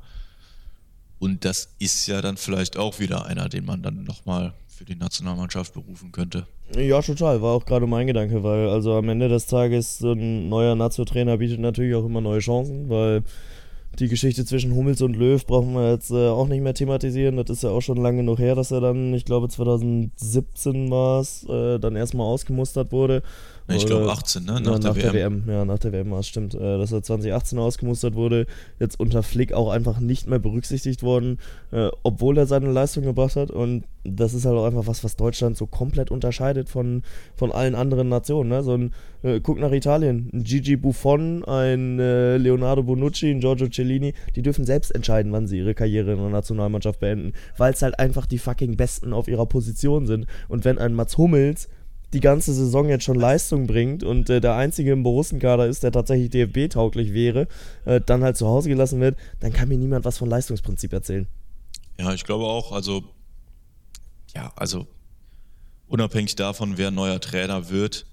Und das ist ja dann vielleicht auch wieder einer, den man dann nochmal für die Nationalmannschaft berufen könnte. Ja, total, war auch gerade mein Gedanke, weil also am Ende des Tages so ein neuer Nazo-Trainer bietet natürlich auch immer neue Chancen, weil die Geschichte zwischen Hummels und Löw brauchen wir jetzt äh, auch nicht mehr thematisieren. Das ist ja auch schon lange genug her, dass er dann, ich glaube zwanzig siebzehn war es, äh, dann erstmal ausgemustert wurde. Nee, ich glaube achtzehn, ne? Nach, ja, der, nach W M. der W M. Ja, nach der W M war es, stimmt. Äh, dass er zwanzig achtzehn ausgemustert wurde, jetzt unter Flick auch einfach nicht mehr berücksichtigt worden, äh, obwohl er seine Leistung gebracht hat. Und das ist halt auch einfach was, was Deutschland so komplett unterscheidet von, von allen anderen Nationen. Ne? So ein, äh, guck nach Italien, ein Gigi Buffon, ein äh, Leonardo Bonucci, ein Giorgio Cellini, die dürfen selbst entscheiden, wann sie ihre Karriere in der Nationalmannschaft beenden, weil es halt einfach die fucking Besten auf ihrer Position sind. Und wenn ein Mats Hummels die ganze Saison jetzt schon Leistung bringt und äh, der einzige im Borussenkader ist, der tatsächlich D F B-tauglich wäre, äh, dann halt zu Hause gelassen wird, dann kann mir niemand was von Leistungsprinzip erzählen. Ja, ich glaube auch, also ja, also unabhängig davon, wer neuer Trainer wird,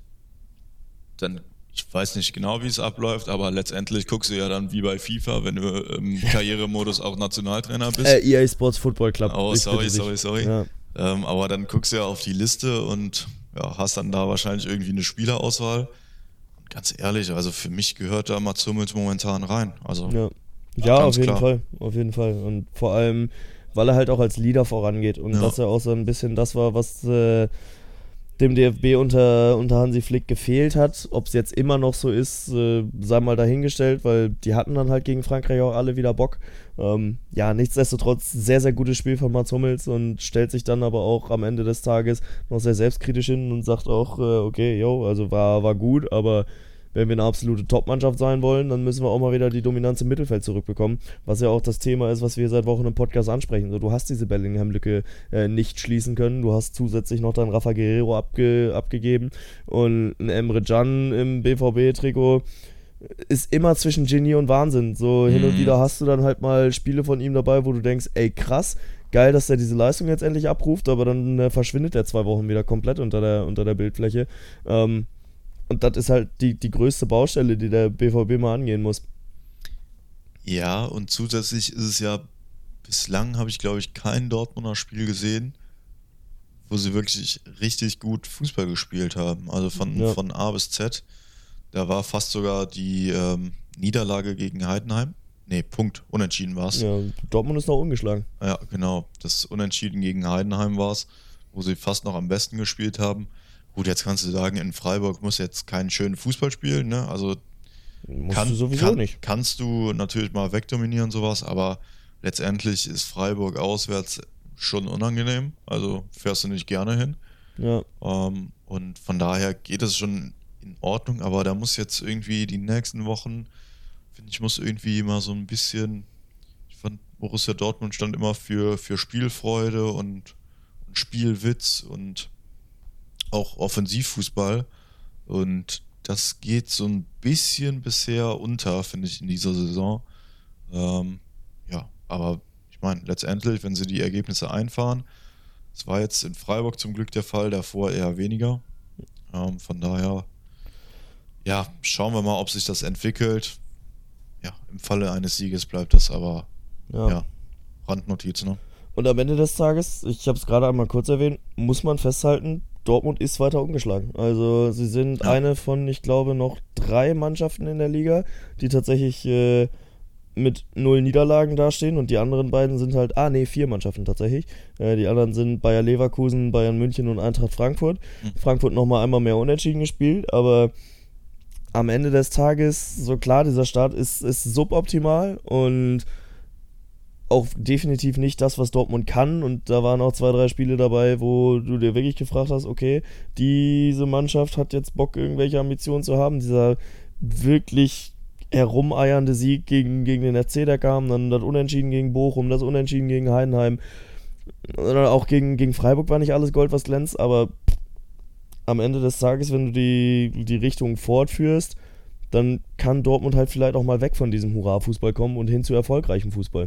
dann, ich weiß nicht genau, wie es abläuft, aber letztendlich guckst du ja dann wie bei FIFA, wenn du im Karrieremodus auch Nationaltrainer bist. Äh, E A Sports Football Club. Oh, sorry, sorry, sorry. Ja. Ähm, aber dann guckst du ja auf die Liste und ja, hast dann da wahrscheinlich irgendwie eine Spielerauswahl. Und ganz ehrlich, also für mich gehört da Mats Hummels momentan rein. Also Ja, ja auf jeden klar. Fall, auf jeden Fall. Und vor allem, weil er halt auch als Leader vorangeht und Ja. dass er auch so ein bisschen das war, was äh, dem D F B unter, unter Hansi Flick gefehlt hat. Ob es jetzt immer noch so ist, äh, sei mal dahingestellt, weil die hatten dann halt gegen Frankreich auch alle wieder Bock. Ähm, ja, nichtsdestotrotz sehr, sehr gutes Spiel von Mats Hummels und stellt sich dann aber auch am Ende des Tages noch sehr selbstkritisch hin und sagt auch, äh, okay, yo, also war, war gut, aber wenn wir eine absolute Top-Mannschaft sein wollen, dann müssen wir auch mal wieder die Dominanz im Mittelfeld zurückbekommen, was ja auch das Thema ist, was wir seit Wochen im Podcast ansprechen. So, du hast diese Bellingham-Lücke äh, nicht schließen können, du hast zusätzlich noch dann Rafa Guerrero abge- abgegeben und ein Emre Can im B V B-Trikot ist immer zwischen Genie und Wahnsinn. So hin und Mhm. wieder hast du dann halt mal Spiele von ihm dabei, wo du denkst, ey krass, geil, dass er diese Leistung jetzt endlich abruft, aber dann äh, verschwindet er zwei Wochen wieder komplett unter der, unter der Bildfläche. Ähm, Und das ist halt die, die größte Baustelle, die der B V B mal angehen muss. Ja, und zusätzlich ist es ja, bislang habe ich glaube ich kein Dortmunder Spiel gesehen, wo sie wirklich richtig gut Fußball gespielt haben. Also von, Ja. von A bis Z. Da war fast sogar die ähm, Niederlage gegen Heidenheim. nee, Punkt, unentschieden war es. Ja, Dortmund ist noch ungeschlagen. Ja, genau, das Unentschieden gegen Heidenheim war es, wo sie fast noch am besten gespielt haben. Gut, jetzt kannst du sagen, in Freiburg muss jetzt keinen schönen Fußball spielen, ne? Also Musst kann, du sowieso kann, nicht. kannst du natürlich mal wegdominieren sowas, aber letztendlich ist Freiburg auswärts schon unangenehm, also fährst du nicht gerne hin. Ja. Ähm, und von daher geht es schon in Ordnung, aber da muss jetzt irgendwie die nächsten Wochen, finde ich, muss irgendwie mal so ein bisschen, ich fand, Borussia Dortmund stand immer für, für Spielfreude und, und Spielwitz und auch Offensivfußball, und das geht so ein bisschen bisher unter, finde ich, in dieser Saison. Ähm, ja, aber ich meine, letztendlich, wenn sie die Ergebnisse einfahren, das war jetzt in Freiburg zum Glück der Fall, davor eher weniger. Ähm, von daher, ja, schauen wir mal, ob sich das entwickelt. Ja, im Falle eines Sieges bleibt das aber, Ja. ja, Randnotiz, ne? Und am Ende des Tages, ich habe es gerade einmal kurz erwähnt, muss man festhalten, Dortmund ist weiter ungeschlagen. Also sie sind Ja. eine von, ich glaube, noch drei Mannschaften in der Liga, die tatsächlich äh, mit null Niederlagen dastehen, und die anderen beiden sind halt, ah nee, vier Mannschaften tatsächlich. Äh, die anderen sind Bayer Leverkusen, Bayern München und Eintracht Frankfurt. Mhm. Frankfurt nochmal einmal mehr unentschieden gespielt, aber am Ende des Tages, so klar, dieser Start ist, ist suboptimal und auch definitiv nicht das, was Dortmund kann, und da waren auch zwei, drei Spiele dabei, wo du dir wirklich gefragt hast, okay, diese Mannschaft hat jetzt Bock, irgendwelche Ambitionen zu haben. Dieser wirklich herumeiernde Sieg gegen, gegen den F C, der kam, dann das Unentschieden gegen Bochum, das Unentschieden gegen Heidenheim, auch gegen, gegen Freiburg war nicht alles Gold, was glänzt, aber am Ende des Tages, wenn du die, die Richtung fortführst, dann kann Dortmund halt vielleicht auch mal weg von diesem Hurra-Fußball kommen und hin zu erfolgreichem Fußball.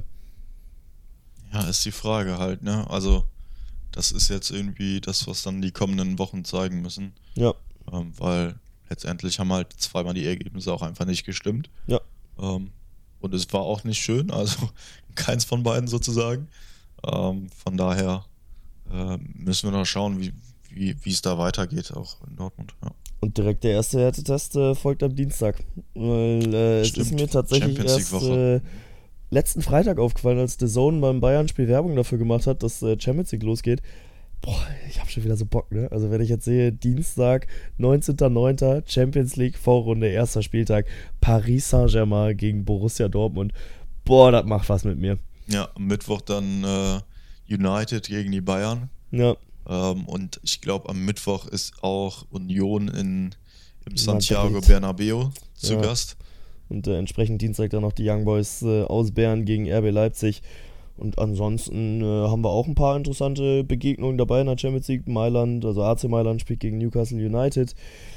Ja, ist die Frage halt, ne? Also, das ist jetzt irgendwie das, was dann die kommenden Wochen zeigen müssen. Ja. Ähm, weil letztendlich haben halt zweimal die Ergebnisse auch einfach nicht gestimmt. Ja. Ähm, und es war auch nicht schön, also keins von beiden sozusagen. Ähm, von daher äh, müssen wir noch schauen, wie wie wie es da weitergeht, auch in Dortmund. Ja. Und direkt der erste Härtetest äh, folgt am Dienstag. Weil äh, es ist mir tatsächlich Champions erst League Woche. äh, letzten Freitag aufgefallen, als The Zone beim Bayern-Spiel Werbung dafür gemacht hat, dass äh, Champions League losgeht. Boah, ich hab schon wieder so Bock, ne? Also wenn ich jetzt sehe, Dienstag, neunzehnter neunter Champions League Vorrunde, erster Spieltag, Paris Saint-Germain gegen Borussia Dortmund. Boah, das macht was mit mir. Ja, am Mittwoch dann äh, United gegen die Bayern. Ja. Ähm, und ich glaube, am Mittwoch ist auch Union in, im Santiago Madrid. Bernabeu zu Ja. Gast. Und äh, entsprechend Dienstag dann noch die Young Boys äh, aus Bern gegen R B Leipzig. Und ansonsten äh, haben wir auch ein paar interessante Begegnungen dabei in der Champions League. Mailand, also A C Mailand spielt gegen Newcastle United.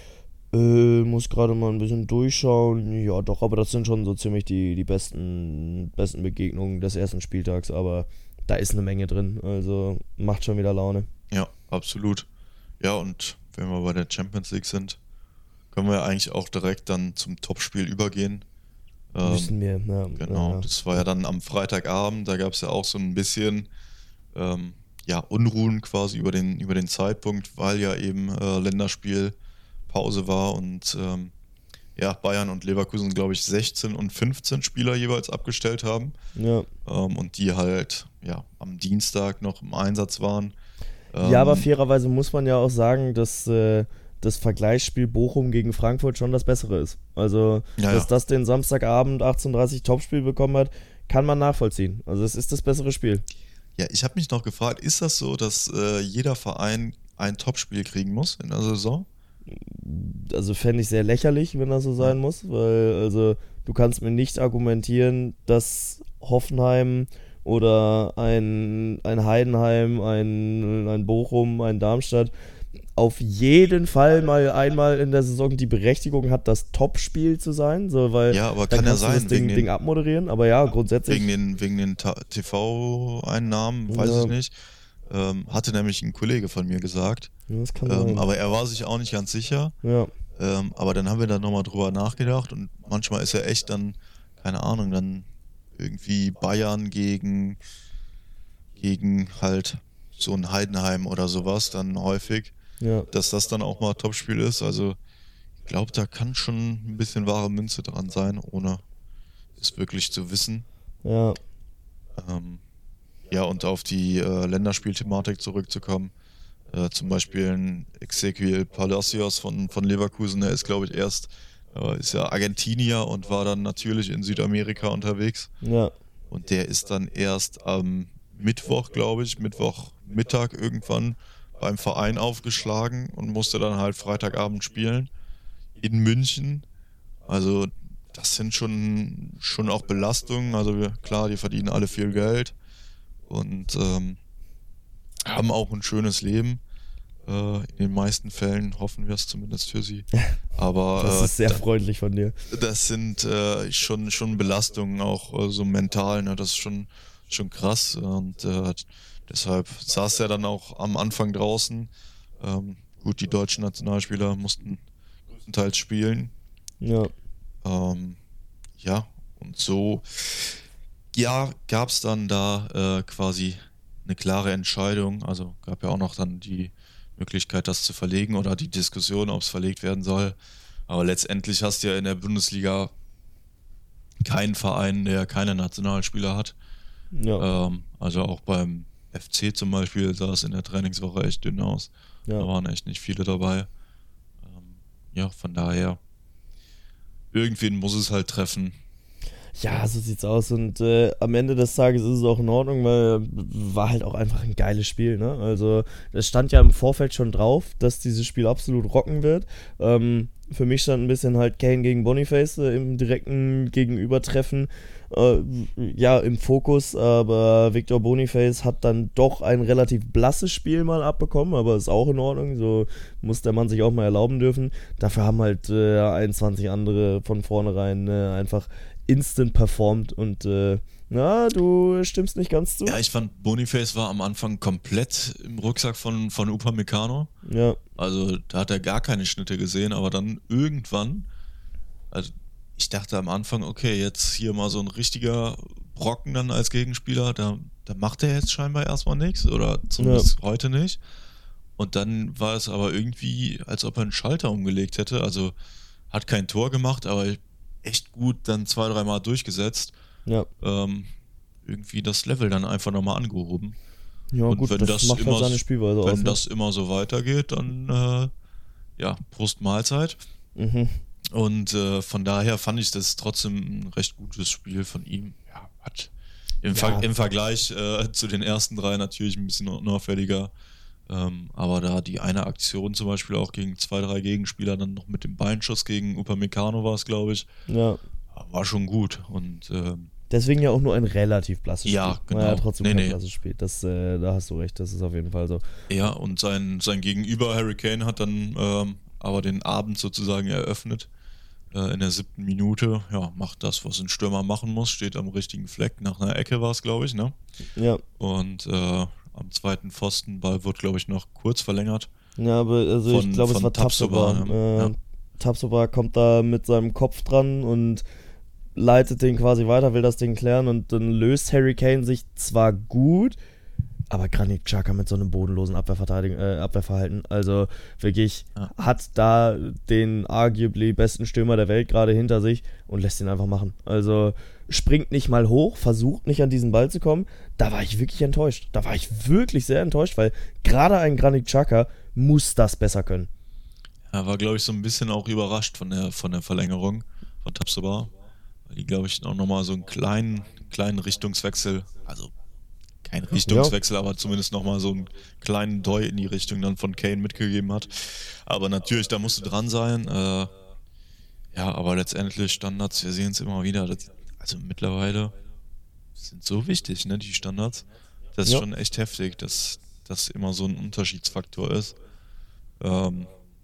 Äh, muss gerade mal ein bisschen durchschauen. Ja, doch, aber das sind schon so ziemlich die, die besten, besten Begegnungen des ersten Spieltags. Aber da ist eine Menge drin. Also macht schon wieder Laune. Ja, absolut. Ja, und wenn wir bei der Champions League sind, können wir ja eigentlich auch direkt dann zum Topspiel übergehen. Ähm, Müssen wir, ja. Genau, ja. das war ja dann am Freitagabend, da gab es ja auch so ein bisschen ähm, ja, Unruhen quasi über den, über den Zeitpunkt, weil ja eben äh, Länderspielpause war und ähm, ja, Bayern und Leverkusen, glaube ich, sechzehn und fünfzehn Spieler jeweils abgestellt haben. Ja. Ähm, und die halt ja am Dienstag noch im Einsatz waren. Ähm, Ja, aber fairerweise muss man ja auch sagen, dass äh, das Vergleichsspiel Bochum gegen Frankfurt schon das Bessere ist. Also, Ja, dass ja. das den Samstagabend achtzehn Uhr dreißig Topspiel bekommen hat, kann man nachvollziehen. Also, es ist das bessere Spiel. Ja, ich habe mich noch gefragt, ist das so, dass äh, jeder Verein ein Topspiel kriegen muss in der Saison? Also, fände ich sehr lächerlich, wenn das so sein Ja. muss, weil, also, du kannst mir nicht argumentieren, dass Hoffenheim oder ein, ein Heidenheim, ein, ein Bochum, ein Darmstadt auf jeden Fall mal einmal in der Saison die Berechtigung hat, das Topspiel zu sein, so, weil Ja, aber dann kann ja kannst du sein, das Ding, wegen den- Ding abmoderieren, aber ja, grundsätzlich. Wegen den, wegen den Ta- T V-Einnahmen, weiß Ja. ich nicht. Ähm, hatte nämlich ein Kollege von mir gesagt. Ja, das kann Ähm, sein. aber er war sich auch nicht ganz sicher. Ja, Ähm, aber dann haben wir da nochmal drüber nachgedacht und manchmal ist ja echt dann, keine Ahnung, dann irgendwie Bayern gegen, gegen halt so ein Heidenheim oder sowas dann häufig, ja. dass das dann auch mal Topspiel ist. Also ich glaube, da kann schon ein bisschen wahre Münze dran sein, ohne ist wirklich zu wissen. Ja. Ähm, ja, und auf die äh, Länderspielthematik zurückzukommen. Äh, zum Beispiel ein Ezequiel Palacios von, von Leverkusen, der ist, glaube ich, erst, äh, ist ja Argentinier und war dann natürlich in Südamerika unterwegs. Ja. Und der ist dann erst am Mittwoch, glaube ich, Mittwochmittag irgendwann beim Verein aufgeschlagen und musste dann halt Freitagabend spielen in München. Also das sind schon, schon auch Belastungen. Also wir, klar, die verdienen alle viel Geld und ähm, haben auch ein schönes Leben. Äh, in den meisten Fällen hoffen wir es zumindest für sie. Aber das ist sehr äh, freundlich von dir. Das sind äh, schon, schon Belastungen, auch äh, so mental. Ne? Das ist schon, schon krass. Und äh, deshalb saß er dann auch am Anfang draußen. Ähm, gut, die deutschen Nationalspieler mussten größtenteils spielen. Ja. Ähm, ja, und so ja, gab es dann da äh, quasi eine klare Entscheidung. Also gab ja auch noch dann die Möglichkeit, das zu verlegen oder die Diskussion, ob es verlegt werden soll. Aber letztendlich hast du ja in der Bundesliga keinen Verein, der keine Nationalspieler hat. Ja. Ähm, also auch beim F C zum Beispiel sah es in der Trainingswoche echt dünn aus. Ja. Da waren echt nicht viele dabei. Ähm, ja, von daher, irgendwen muss es halt treffen. Ja, so sieht's aus und äh, am Ende des Tages ist es auch in Ordnung, weil war halt auch einfach ein geiles Spiel, ne? Also es stand ja im Vorfeld schon drauf, dass dieses Spiel absolut rocken wird. Ähm, für mich stand ein bisschen halt Kane gegen Boniface äh, im direkten Gegenübertreffen äh, ja im Fokus, aber Victor Boniface hat dann doch ein relativ blasses Spiel mal abbekommen, aber ist auch in Ordnung, so muss der Mann sich auch mal erlauben dürfen. Dafür haben halt äh, einundzwanzig andere von vornherein äh, einfach instant performt und äh, na, du stimmst nicht ganz zu? Ja, ich fand Boniface war am Anfang komplett im Rucksack von, von Upamecano. Ja. Also da hat er gar keine Schnitte gesehen, aber dann irgendwann, also ich dachte am Anfang, okay, jetzt hier mal so ein richtiger Brocken dann als Gegenspieler, da, da macht er jetzt scheinbar erstmal nichts oder zumindest ja. heute nicht. Und dann war es aber irgendwie, als ob er einen Schalter umgelegt hätte, also hat kein Tor gemacht, aber echt gut dann zwei, dreimal durchgesetzt. Ja. Ähm, irgendwie das Level dann einfach nochmal angehoben. Ja, und gut, wenn das, das macht immer, halt seine Spielweise wenn aus. Wenn das ne? immer so weitergeht, dann äh, ja, Prost Mahlzeit. Mhm. Und äh, von daher fand ich das trotzdem ein recht gutes Spiel von ihm. Ja, hat im, ja. Ver- im Vergleich äh, zu den ersten drei natürlich ein bisschen unauffälliger. Ähm, aber da die eine Aktion zum Beispiel auch gegen zwei, drei Gegenspieler, dann noch mit dem Beinschuss gegen Upamecano war es, glaube ich. Ja. War schon gut. Und ähm, deswegen ja auch nur ein relativ blasses Spiel. Ja, genau. War ja trotzdem nee, kein nee. blasses Spiel. Das, äh, da hast du recht, das ist auf jeden Fall so. Ja, und sein, sein Gegenüber, Harry Kane, hat dann ähm, aber den Abend sozusagen eröffnet. Äh, in der siebten Minute. Ja, macht das, was ein Stürmer machen muss. Steht am richtigen Fleck. Nach einer Ecke war es, glaube ich, ne? Ja. Und äh, am zweiten Pfosten, Ball wird, glaube ich, noch kurz verlängert. Ja, aber also von, ich glaube, es war Tapsoba. Tapsoba. Äh, Ja. Tapsoba kommt da mit seinem Kopf dran und leitet den quasi weiter, will das Ding klären und dann löst Harry Kane sich zwar gut, aber Granit Xhaka mit so einem bodenlosen Abwehrverteidigung, äh, Abwehrverhalten, also wirklich Ja. hat da den arguably besten Stürmer der Welt gerade hinter sich und lässt ihn einfach machen. Also springt nicht mal hoch, versucht nicht an diesen Ball zu kommen. Da war ich wirklich enttäuscht. Da war ich wirklich sehr enttäuscht, weil gerade ein Granit Xhaka muss das besser können. Er war, glaube ich, so ein bisschen auch überrascht von der, von der Verlängerung von Tapsoba. Weil die, glaube ich, auch nochmal so einen kleinen, kleinen Richtungswechsel, also kein Richtungswechsel, ja. aber zumindest nochmal so einen kleinen Doi in die Richtung dann von Kane mitgegeben hat. Aber natürlich, da musste dran sein. Äh, ja, aber letztendlich Standards, wir sehen es immer wieder. Das, also mittlerweile sind so wichtig, ne, die Standards. Das ist ja. schon echt heftig, dass das immer so ein Unterschiedsfaktor ist. Ähm,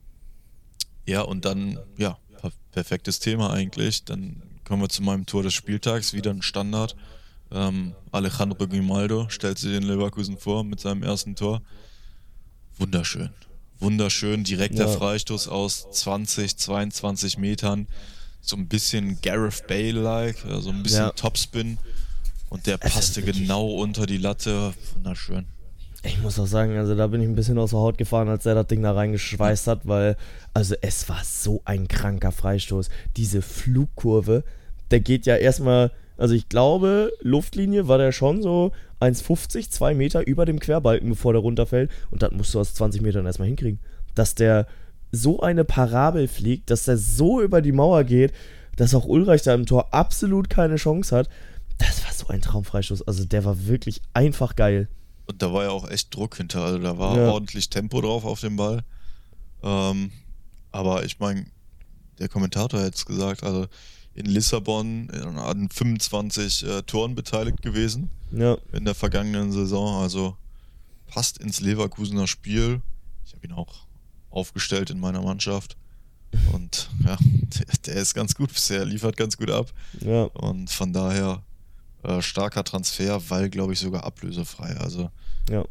ja, und dann, ja, per- perfektes Thema eigentlich. Dann kommen wir zu meinem Tor des Spieltags, wieder ein Standard. Ähm, Alejandro Grimaldo stellt sich in Leverkusen vor mit seinem ersten Tor. Wunderschön. Wunderschön, direkter ja. Freistoß aus zwanzig, zweiundzwanzig Metern. So ein bisschen Gareth Bale-like, so also ein bisschen ja. Topspin. Und der passte genau unter die Latte. Wunderschön. Ich muss auch sagen, also da bin ich ein bisschen aus der Haut gefahren, als er das Ding da reingeschweißt hat, weil, also es war so ein kranker Freistoß. Diese Flugkurve, der geht ja erstmal, also ich glaube, Luftlinie war der schon so eins fünfzig, zwei Meter über dem Querbalken, bevor der runterfällt. Und das musst du aus zwanzig Metern erstmal hinkriegen. Dass der so eine Parabel fliegt, dass der so über die Mauer geht, dass auch Ulreich da im Tor absolut keine Chance hat. Das war so ein Traumfreistoß. Also der war wirklich einfach geil. Und da war ja auch echt Druck hinter. Also da war Ja. ordentlich Tempo drauf auf dem Ball. Ähm, aber ich meine, der Kommentator hat es gesagt, also in Lissabon an fünfundzwanzig äh, Toren beteiligt gewesen Ja. in der vergangenen Saison. Also passt ins Leverkusener Spiel. Ich habe ihn auch aufgestellt in meiner Mannschaft. Und ja, der, der ist ganz gut bisher, liefert ganz gut ab. Ja. Und von daher äh, starker Transfer, weil, glaube ich, sogar ablösefrei. Also Ja.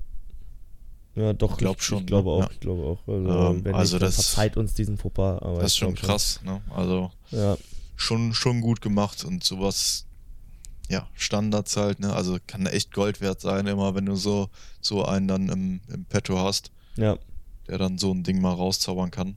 Ja, doch, Ich glaub ich, schon, ich glaube ne? auch, Ja. ich glaube auch. Also, Ähm, wenn also nicht, dann das- verzeiht uns diesen Fauxpas. Aber das ist ich schon glaub krass. Ne? Also Ja, schon, schon gut gemacht und sowas, ja, Standards halt, ne? Also kann echt Gold wert sein, immer wenn du so, so einen dann im, im Petto hast, ja. der dann so ein Ding mal rauszaubern kann.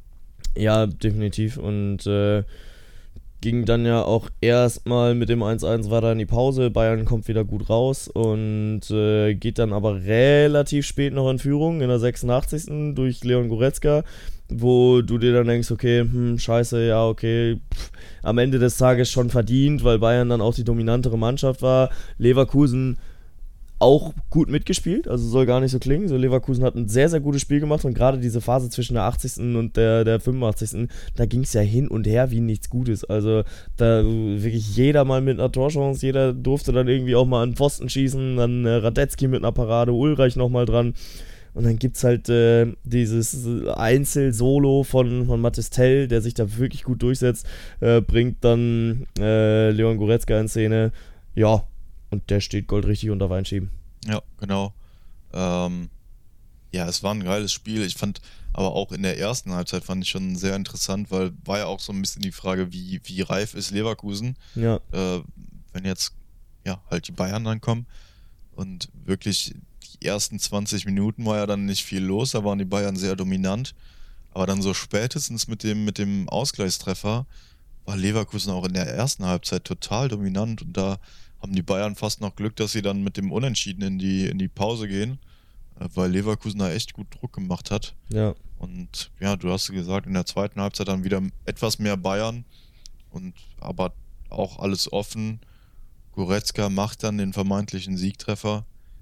Ja, definitiv. Und äh, ging dann ja auch erstmal mit dem eins eins weiter in die Pause. Bayern kommt wieder gut raus und äh, geht dann aber relativ spät noch in Führung, in der sechsundachtzigsten durch Leon Goretzka, wo du dir dann denkst, okay, hm, scheiße, ja, okay, pff, am Ende des Tages schon verdient, weil Bayern dann auch die dominantere Mannschaft war. Leverkusen auch gut mitgespielt, also soll gar nicht so klingen. So, Leverkusen hat ein sehr, sehr gutes Spiel gemacht und gerade diese Phase zwischen der achtzigsten und der, der fünfundachtzigsten da ging es ja hin und her wie nichts Gutes. Also da wirklich jeder mal mit einer Torchance, jeder durfte dann irgendwie auch mal an den Pfosten schießen, dann äh, Radetzky mit einer Parade, Ulreich nochmal dran. Und dann gibt es halt äh, dieses Einzel-Solo von, von Mathis Tell, der sich da wirklich gut durchsetzt, äh, bringt dann äh, Leon Goretzka in Szene. Ja, und der steht goldrichtig unter Weinschieben. Ja, genau. Ähm, ja, es war ein geiles Spiel. Ich fand aber auch in der ersten Halbzeit fand ich schon sehr interessant, weil war ja auch so ein bisschen die Frage, wie, wie reif ist Leverkusen, Ja, äh, wenn jetzt ja halt die Bayern dann kommen. Und wirklich die ersten zwanzig Minuten war ja dann nicht viel los, da waren die Bayern sehr dominant. Aber dann so spätestens mit dem, mit dem Ausgleichstreffer war Leverkusen auch in der ersten Halbzeit total dominant und da haben die Bayern fast noch Glück, dass sie dann mit dem Unentschieden in die, in die Pause gehen, äh, weil Leverkusen da echt gut Druck gemacht hat. ja, Und ja, du hast gesagt, in der zweiten Halbzeit dann wieder etwas mehr Bayern und aber auch alles offen. Goretzka macht dann den vermeintlichen Siegtreffer.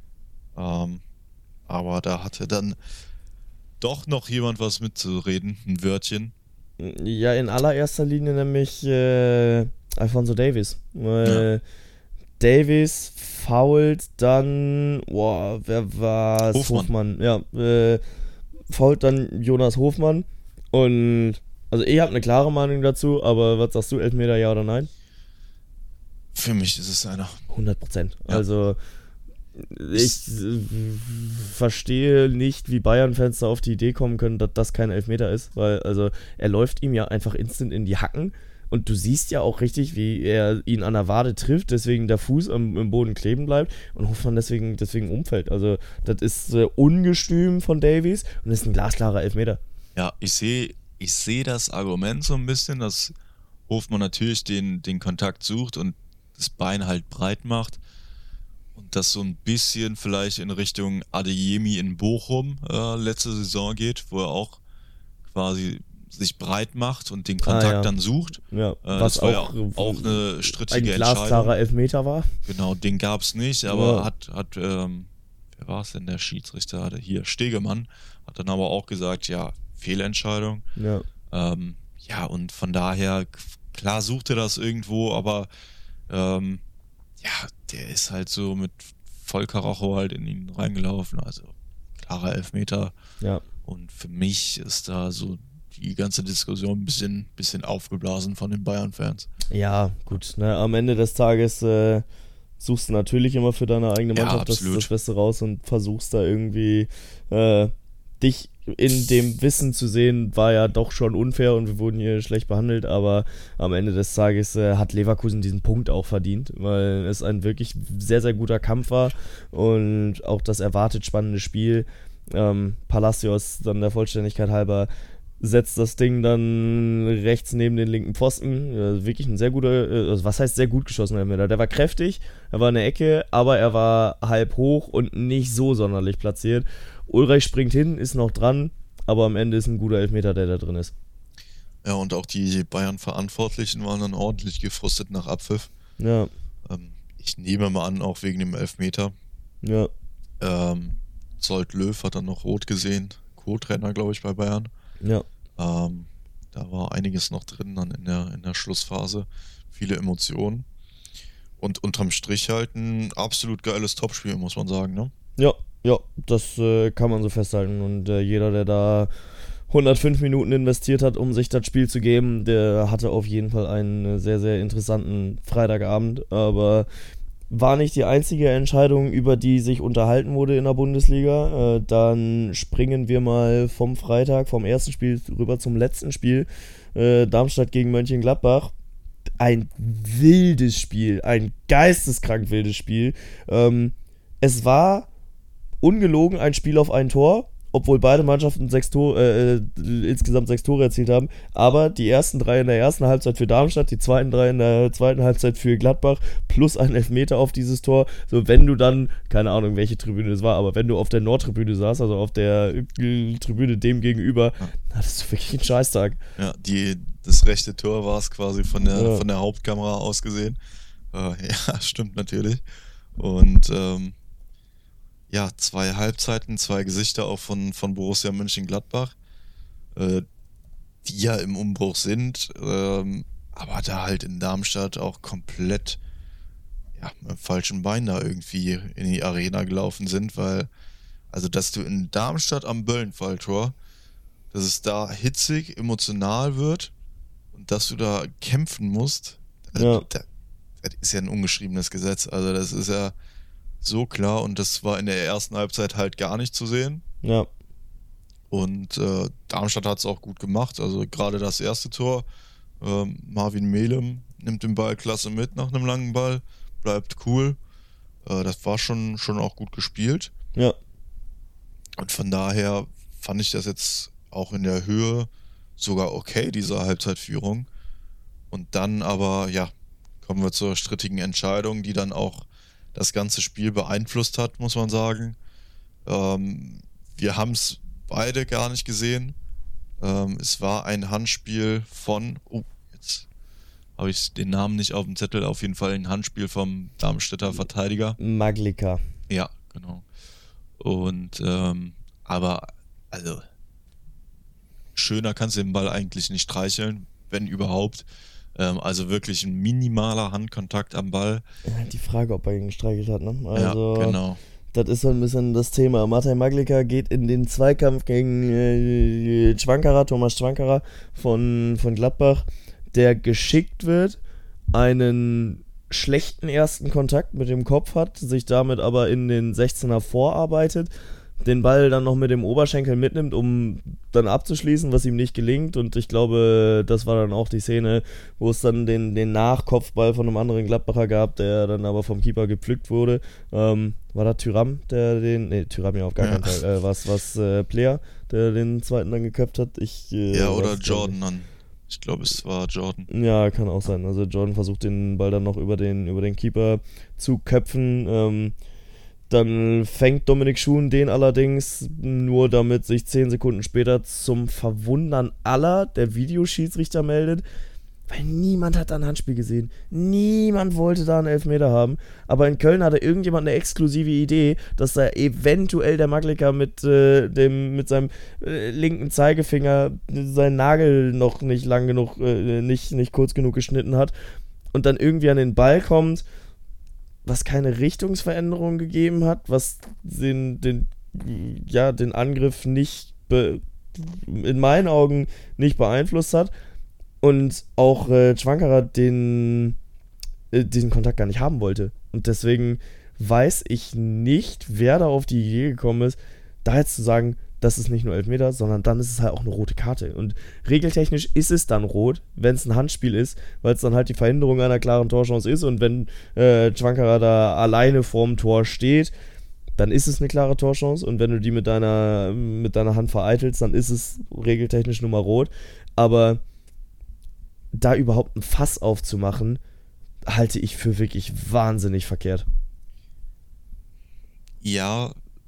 Ähm, aber da hatte dann doch noch jemand was mitzureden, ein Wörtchen. ja, in allererster Linie nämlich äh, Alphonso Davies. Weil Davies fault dann, boah, wer war's? Hofmann. Hofmann, ja, äh, fault dann Jonas Hofmann und also ich habe eine klare Meinung dazu, aber was sagst du, Elfmeter, ja oder nein? Für mich ist es einer. hundert Prozent. Ja. Also ich äh, verstehe nicht, wie Bayern-Fans da auf die Idee kommen können, dass das kein Elfmeter ist, weil also er läuft ihm ja einfach instant in die Hacken und du siehst ja auch richtig, wie er ihn an der Wade trifft, deswegen der Fuß am, im Boden kleben bleibt und Hofmann deswegen, deswegen umfällt. Also das ist äh, ungestüm von Davies und das ist ein glasklarer Elfmeter. Ja, ich sehe ich sehe das Argument so ein bisschen, dass Hofmann natürlich den, den Kontakt sucht und das Bein halt breit macht und das so ein bisschen vielleicht in Richtung Adeyemi in Bochum äh, letzte Saison geht, wo er auch quasi sich breit macht und den Kontakt Ah, ja. dann sucht. Ja, Äh, was das war auch, ja auch, auch eine ein strittige glasklarer Entscheidung. Elfmeter war. Genau, den gab es nicht, aber Ja. hat, hat ähm, wer war es denn, der Schiedsrichter? Hatte hier, Stegemann, hat dann aber auch gesagt, ja, Fehlentscheidung. Ja. Ähm, ja, und von daher, klar sucht er das irgendwo, aber ähm, ja, der ist halt so mit Vollkaracho halt in ihn reingelaufen, also klarer Elfmeter. Ja. Und für mich ist da so die ganze Diskussion ein bisschen, bisschen aufgeblasen von den Bayern-Fans. Ja, gut. Ne, am Ende des Tages äh, suchst du natürlich immer für deine eigene Ja, Mannschaft das, absolut. das Beste raus und versuchst da irgendwie äh, dich in dem Wissen zu sehen, war ja doch schon unfair und wir wurden hier schlecht behandelt, aber am Ende des Tages äh, hat Leverkusen diesen Punkt auch verdient, weil es ein wirklich sehr, sehr guter Kampf war und auch das erwartet spannende Spiel. Ähm, Palacios, dann der Vollständigkeit halber, setzt das Ding dann rechts neben den linken Pfosten. Also wirklich ein sehr guter, also was heißt sehr gut geschossen, Elfmeter? Der war kräftig, er war in der Ecke, aber er war halb hoch und nicht so sonderlich platziert. Ulreich springt hin, ist noch dran, aber am Ende ist ein guter Elfmeter, der da drin ist. Ja, und auch die Bayern-Verantwortlichen waren dann ordentlich gefrustet nach Abpfiff. Ja. Ähm, ich nehme mal an, auch wegen dem Elfmeter. Ja. Ähm, Zolt Löw hat dann noch rot gesehen, Co-Trainer, glaube ich, bei Bayern. Ja. Ähm, da war einiges noch drin dann in der, in der Schlussphase. Viele Emotionen. Und unterm Strich halt ein absolut geiles Topspiel, muss man sagen, ne? Ja, ja, das äh, kann man so festhalten. Und äh, jeder, der da hundertfünf Minuten investiert hat, um sich das Spiel zu geben, der hatte auf jeden Fall einen sehr, sehr interessanten Freitagabend. Aber war nicht die einzige Entscheidung, über die sich unterhalten wurde in der Bundesliga. Äh, dann springen wir mal vom Freitag, vom ersten Spiel rüber zum letzten Spiel. Äh, Darmstadt gegen Mönchengladbach. Ein wildes Spiel, ein geisteskrank wildes Spiel. Ähm, es war ungelogen ein Spiel auf ein Tor, obwohl beide Mannschaften sechs Tor, äh, insgesamt sechs Tore erzielt haben. Aber die ersten drei in der ersten Halbzeit für Darmstadt, die zweiten drei in der zweiten Halbzeit für Gladbach, plus ein Elfmeter auf dieses Tor. So, wenn du dann, keine Ahnung, welche Tribüne es war, aber wenn du auf der Nordtribüne saßt, also auf der äh, Tribüne dem gegenüber, ja, hattest du wirklich einen Scheißtag. Ja, die, das rechte Tor war es quasi von der, ja. von der Hauptkamera aus gesehen. Äh, ja, stimmt natürlich. Und ähm, ja, zwei Halbzeiten, zwei Gesichter auch von, von Borussia Mönchengladbach, äh, die ja im Umbruch sind, ähm, aber da halt in Darmstadt auch komplett ja, mit dem falschen Bein da irgendwie in die Arena gelaufen sind, weil, also dass du in Darmstadt am Böllenfalltor, dass es da hitzig, emotional wird und dass du da kämpfen musst, ja. das, das ist ja ein ungeschriebenes Gesetz, also das ist ja so klar, und das war in der ersten Halbzeit halt gar nicht zu sehen. Ja. Und äh, Darmstadt hat es auch gut gemacht. Also gerade das erste Tor, äh, Marvin Melem nimmt den Ball klasse mit nach einem langen Ball, bleibt cool. Äh, das war schon, schon auch gut gespielt. Ja. Und von daher fand ich das jetzt auch in der Höhe sogar okay, diese Halbzeitführung. Und dann aber, ja, kommen wir zur strittigen Entscheidung, die dann auch das ganze Spiel beeinflusst hat, muss man sagen. Ähm, wir haben es beide gar nicht gesehen. Ähm, es war ein Handspiel von, oh, jetzt habe ich den Namen nicht auf dem Zettel, auf jeden Fall ein Handspiel vom Darmstädter Verteidiger. Maglika. Ja, genau. Und, ähm, aber, also, schöner kannst du den Ball eigentlich nicht streicheln, wenn überhaupt. Also wirklich ein minimaler Handkontakt am Ball. Die Frage, ob er ihn gestreichelt hat, ne? Also, ja, genau. Das ist so ein bisschen das Thema. Matej Maglika geht in den Zweikampf gegen äh, Cvankara, Thomas Cvankara von, von Gladbach, der geschickt wird, einen schlechten ersten Kontakt mit dem Kopf hat, sich damit aber in den sechzehner vorarbeitet, den Ball dann noch mit dem Oberschenkel mitnimmt, um dann abzuschließen, was ihm nicht gelingt. Und ich glaube, das war dann auch die Szene, wo es dann den, den Nachkopfball von einem anderen Gladbacher gab, der dann aber vom Keeper gepflückt wurde. Ähm, war das Thuram, der den, ne, Thuram ja auf gar ja. keinen Fall, äh, was, was äh, Player, der den zweiten dann geköpft hat. Ich, äh, ja, oder Jordan dann. Ich glaube, es war Jordan. Ja, kann auch sein. Also Jordan versucht den Ball dann noch über den, über den Keeper zu köpfen. Ähm, Dann fängt Dominik Schuhn den allerdings, nur damit sich zehn Sekunden später zum Verwundern aller der Videoschiedsrichter meldet, weil niemand hat da ein Handspiel gesehen. Niemand wollte da einen Elfmeter haben. Aber in Köln hatte irgendjemand eine exklusive Idee, dass da eventuell der Maglika mit, äh, dem, mit seinem äh, linken Zeigefinger seinen Nagel noch nicht lang genug, äh, nicht, nicht kurz genug geschnitten hat und dann irgendwie an den Ball kommt, was keine Richtungsveränderung gegeben hat, was den, den, ja, den Angriff nicht be, in meinen Augen nicht beeinflusst hat und auch äh, Cvankara den, äh, diesen Kontakt gar nicht haben wollte. Und deswegen weiß ich nicht, wer da auf die Idee gekommen ist, da jetzt zu sagen, das ist nicht nur Elfmeter, sondern dann ist es halt auch eine rote Karte. Und regeltechnisch ist es dann rot, wenn es ein Handspiel ist, weil es dann halt die Verhinderung einer klaren Torchance ist. Und wenn äh, Cvankara da alleine vorm Tor steht, dann ist es eine klare Torchance und wenn du die mit deiner, mit deiner Hand vereitelst, dann ist es regeltechnisch nur mal rot. Aber da überhaupt ein Fass aufzumachen, halte ich für wirklich wahnsinnig verkehrt. Ja,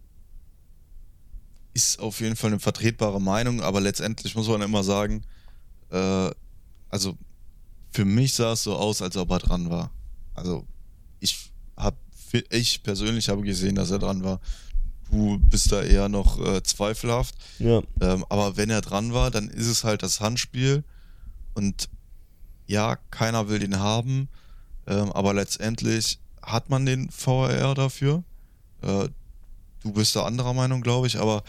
ist auf jeden Fall eine vertretbare Meinung, aber letztendlich muss man immer sagen, äh, also für mich sah es so aus, als ob er dran war. Also ich habe, ich persönlich habe gesehen, dass er dran war. Du bist da eher noch äh, zweifelhaft. Ja. Ähm, aber wenn er dran war, dann ist es halt das Handspiel und ja, keiner will den haben, ähm, aber letztendlich hat man den V A R dafür. Äh, du bist da anderer Meinung, glaube ich, aber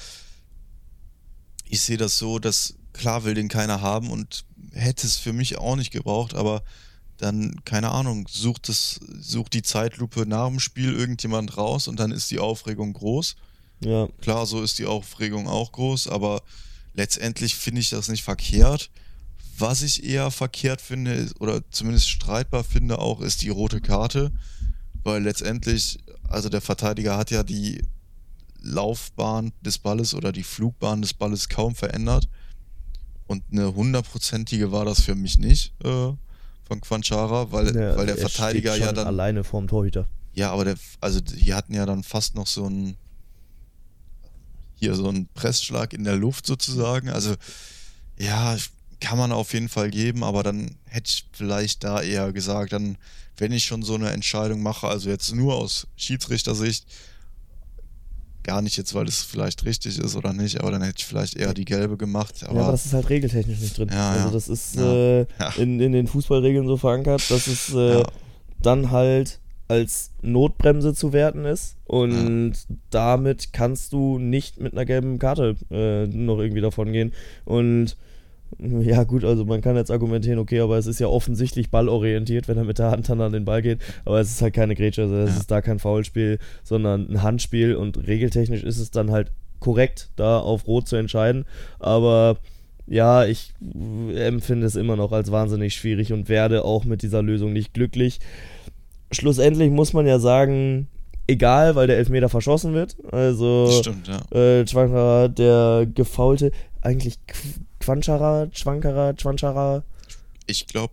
ich sehe das so, dass klar will den keiner haben und hätte es für mich auch nicht gebraucht, aber dann, keine Ahnung, sucht es, sucht die Zeitlupe nach dem Spiel irgendjemand raus und dann ist die Aufregung groß. Ja. Klar, so ist die Aufregung auch groß, aber letztendlich finde ich das nicht verkehrt. Was ich eher verkehrt finde, ist, oder zumindest streitbar finde auch, ist die rote Karte, weil letztendlich, also der Verteidiger hat ja die Laufbahn des Balles oder die Flugbahn des Balles kaum verändert und eine hundertprozentige war das für mich nicht äh, von Quanchara, weil, ja, weil der er Verteidiger steht schon ja dann alleine vorm Torhüter. Ja, aber der, also die hatten ja dann fast noch so einen hier so einen Pressschlag in der Luft sozusagen, also ja, kann man auf jeden Fall geben, aber dann hätte ich vielleicht da eher gesagt, dann, wenn ich schon so eine Entscheidung mache, also jetzt nur aus Schiedsrichtersicht, gar nicht jetzt, weil es vielleicht richtig ist oder nicht, aber dann hätte ich vielleicht eher die gelbe gemacht. Aber ja, aber das ist halt regeltechnisch nicht drin. Ja, also ja. das ist Ja. Äh, Ja. in, in den Fußballregeln so verankert, dass es äh, Ja. dann halt als Notbremse zu werten ist und ja. damit kannst du nicht mit einer gelben Karte äh, noch irgendwie davon gehen. Und ja gut, also man kann jetzt argumentieren, okay, aber es ist ja offensichtlich ballorientiert, wenn er mit der Hand dann an den Ball geht, aber es ist halt keine Grätsche, also es Ja. ist da kein Foulspiel, sondern ein Handspiel und regeltechnisch ist es dann halt korrekt, da auf Rot zu entscheiden, aber ja, ich empfinde es immer noch als wahnsinnig schwierig und werde auch mit dieser Lösung nicht glücklich. Schlussendlich muss man ja sagen, egal, weil der Elfmeter verschossen wird, also Stimmt, ja. äh, Chwankara, der Gefaulte, eigentlich Qu- Quanchara, Chwankara, Chwanchara, Ich glaube,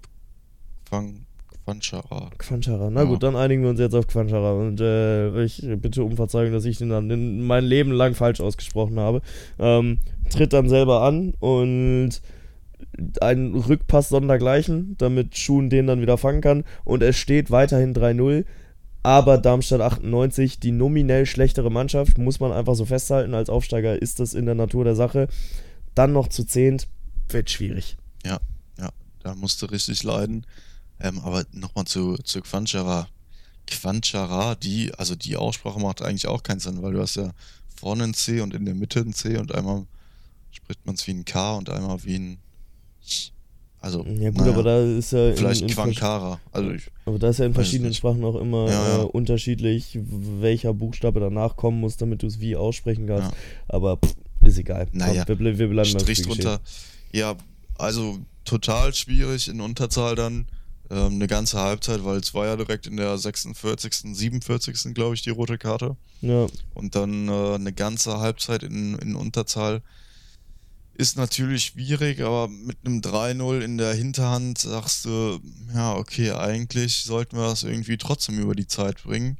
Quanchara. Quanchara. Na Ja. gut, dann einigen wir uns jetzt auf Quanchara und äh, ich bitte um Verzeihung, dass ich den dann in mein Leben lang falsch ausgesprochen habe. Ähm, tritt dann selber an und ein Rückpass sondergleichen, damit Schuhn den dann wieder fangen kann und es steht weiterhin drei null. Aber Darmstadt achtundneunzig, die nominell schlechtere Mannschaft, muss man einfach so festhalten. Als Aufsteiger ist das in der Natur der Sache. Dann noch zu zehnt, wird schwierig. Ja, ja, da musste richtig leiden. Ähm, aber nochmal zu, zu Quanchara. Quanchara, die, also die Aussprache macht eigentlich auch keinen Sinn, weil du hast ja vorne ein C und in der Mitte ein C und einmal spricht man es wie ein K und einmal wie ein Ch. Also, Ja gut, naja, aber da ist ja in, vielleicht in Quankara. Also ich, aber da ist ja in weiß verschiedenen nicht. Sprachen auch immer Ja, ja. Äh, unterschiedlich, welcher Buchstabe danach kommen muss, damit du es wie aussprechen kannst. Ja. Aber pff, ist egal. Naja, Komm, wir, wir bleiben beim Strich Spielgeschehen. drunter. Ja, also total schwierig in Unterzahl dann. Ähm, eine ganze Halbzeit, weil es war ja direkt in der sechsundvierzigsten, siebenundvierzigsten glaube ich, die rote Karte. Ja. Und dann äh, eine ganze Halbzeit in, in Unterzahl ist natürlich schwierig, aber mit einem drei null in der Hinterhand sagst du, ja, okay, eigentlich sollten wir das irgendwie trotzdem über die Zeit bringen.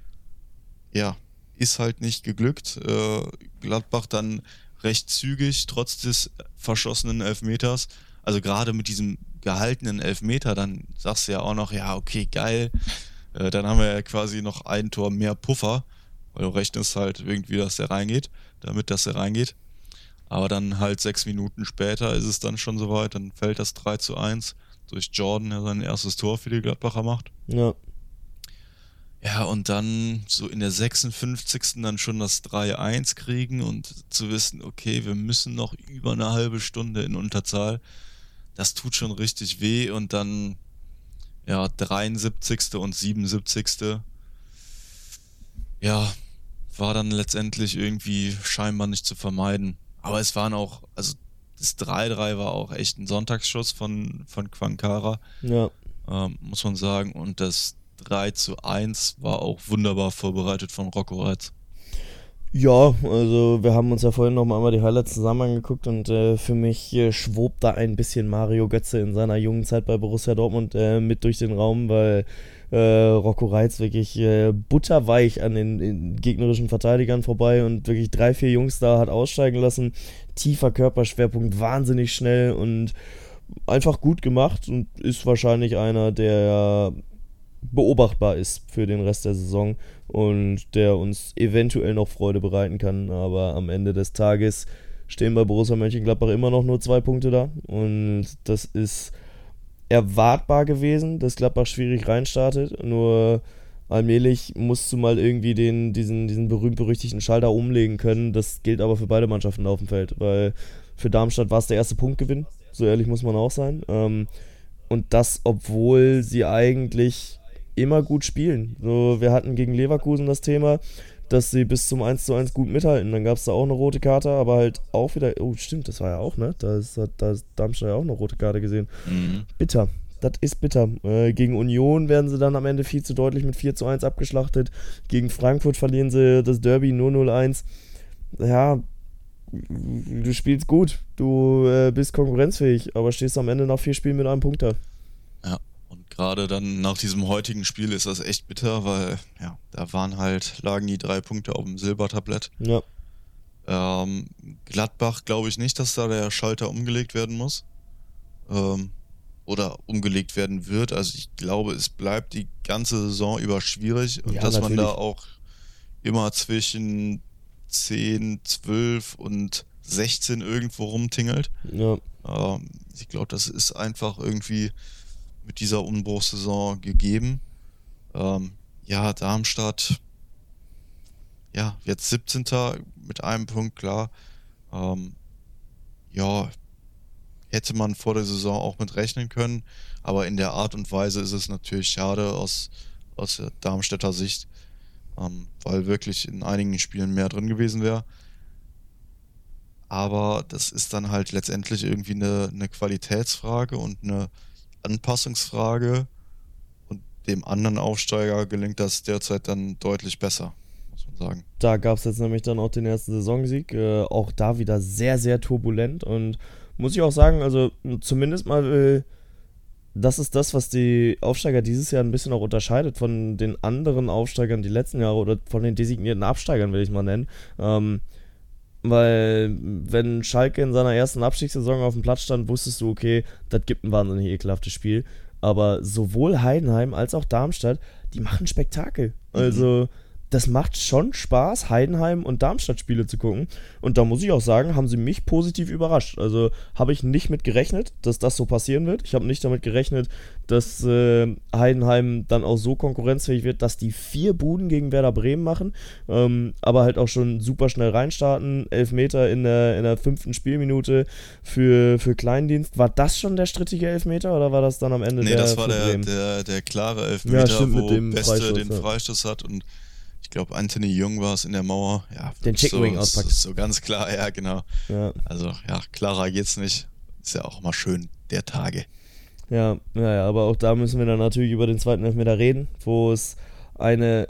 Ja, ist halt nicht geglückt. Äh, Gladbach dann recht zügig, trotz des verschossenen Elfmeters. Also gerade mit diesem gehaltenen Elfmeter, dann sagst du ja auch noch, ja, okay, geil. Äh, dann haben wir ja quasi noch ein Tor mehr Puffer, weil du rechnest halt irgendwie, dass der reingeht, damit dass der reingeht. Aber dann halt sechs Minuten später ist es dann schon soweit, dann fällt das drei zu eins durch Jordan, der sein erstes Tor für die Gladbacher macht. Ja. Ja, und dann so in der sechsundfünfzigsten dann schon das drei eins kriegen und zu wissen, okay, wir müssen noch über eine halbe Stunde in Unterzahl. Das tut schon richtig weh und dann ja dreiundsiebzigste und siebenundsiebzigste Ja, war dann letztendlich irgendwie scheinbar nicht zu vermeiden. Aber es waren auch, also das drei drei war auch echt ein Sonntagsschuss von, von Quankara, Ja. ähm, muss man sagen. Und das drei zu eins war auch wunderbar vorbereitet von Rocco Reitz. Ja, also wir haben uns ja vorhin noch mal einmal die Highlights zusammen angeguckt und äh, für mich äh, schwobt da ein bisschen Mario Götze in seiner jungen Zeit bei Borussia Dortmund äh, mit durch den Raum, weil äh, Rocco Reitz wirklich äh, butterweich an den, den gegnerischen Verteidigern vorbei und wirklich drei, vier Jungs da hat aussteigen lassen. Tiefer Körperschwerpunkt, wahnsinnig schnell und einfach gut gemacht und ist wahrscheinlich einer, der beobachtbar ist für den Rest der Saison und der uns eventuell noch Freude bereiten kann, aber am Ende des Tages stehen bei Borussia Mönchengladbach immer noch nur zwei Punkte da und das ist erwartbar gewesen, dass Gladbach schwierig reinstartet, nur allmählich musst du mal irgendwie den, diesen, diesen berühmt-berüchtigten Schalter umlegen können, das gilt aber für beide Mannschaften auf dem Feld, weil für Darmstadt war es der erste Punktgewinn, so ehrlich muss man auch sein, ähm, und das, obwohl sie eigentlich immer gut spielen. So, wir hatten gegen Leverkusen das Thema, dass sie bis zum eins zu eins gut mithalten. Dann gab es da auch eine rote Karte, aber halt auch wieder, oh stimmt, das war ja auch, ne? Da ist, da ist Darmstadt ja auch eine rote Karte gesehen. Mhm. Bitter, das ist bitter. Äh, gegen Union werden sie dann am Ende viel zu deutlich mit vier zu eins abgeschlachtet. Gegen Frankfurt verlieren sie das Derby nur null eins. Ja, du spielst gut, du äh, bist konkurrenzfähig, aber stehst am Ende nach vier Spielen mit einem Punkt da. Ja. Und gerade dann nach diesem heutigen Spiel ist das echt bitter, weil ja, da waren halt, lagen die drei Punkte auf dem Silbertablett. Ja. Ähm, Gladbach glaube ich nicht, dass da der Schalter umgelegt werden muss. Ähm, oder umgelegt werden wird. Also ich glaube, es bleibt die ganze Saison über schwierig und ja, dass natürlich. man da auch immer zwischen zehn, zwölf und sechzehn irgendwo rumtingelt. Ja. Ähm, ich glaube, das ist einfach irgendwie mit dieser Umbruchssaison gegeben. Ähm, ja, Darmstadt, ja, jetzt siebzehnter mit einem Punkt, klar. Ähm, ja, hätte man vor der Saison auch mit rechnen können, aber in der Art und Weise ist es natürlich schade aus, aus der Darmstädter Sicht, ähm, weil wirklich in einigen Spielen mehr drin gewesen wäre. Aber das ist dann halt letztendlich irgendwie eine, eine Qualitätsfrage und eine Anpassungsfrage und dem anderen Aufsteiger gelingt das derzeit dann deutlich besser, muss man sagen. Da gab es jetzt nämlich dann auch den ersten Saisonsieg, äh, auch da wieder sehr, sehr turbulent und muss ich auch sagen, also zumindest mal, äh, das ist das, was die Aufsteiger dieses Jahr ein bisschen auch unterscheidet von den anderen Aufsteigern die letzten Jahre oder von den designierten Absteigern, will ich mal nennen. Ähm, Weil, wenn Schalke in seiner ersten Abstiegssaison auf dem Platz stand, wusstest du, okay, das gibt ein wahnsinnig ekelhaftes Spiel. Aber sowohl Heidenheim als auch Darmstadt, die machen Spektakel. Also, das macht schon Spaß, Heidenheim und Darmstadt Spiele zu gucken. Und da muss ich auch sagen, haben sie mich positiv überrascht. Also habe ich nicht mit gerechnet, dass das so passieren wird. Ich habe nicht damit gerechnet, dass äh, Heidenheim dann auch so konkurrenzfähig wird, dass die vier Buden gegen Werder Bremen machen. Ähm, aber halt auch schon super schnell reinstarten. Elfmeter in der, in der fünften Spielminute für, für Kleindienst. War das schon der strittige Elfmeter oder war das dann am Ende nee, der das war der, Bremen? der, der klare Elfmeter, ja, stimmt, wo mit dem Beste Freistoß, den ja. Freistoß hat und ich glaube, Anthony Jung war es in der Mauer. Ja, Den Chicken Wing so, auspackt. So ganz klar, ja, genau. Ja. Also, ja, klarer geht's nicht. Ist ja auch immer schön, der Tage. Ja, ja, ja, aber auch da müssen wir dann natürlich über den zweiten Elfmeter reden, wo es eine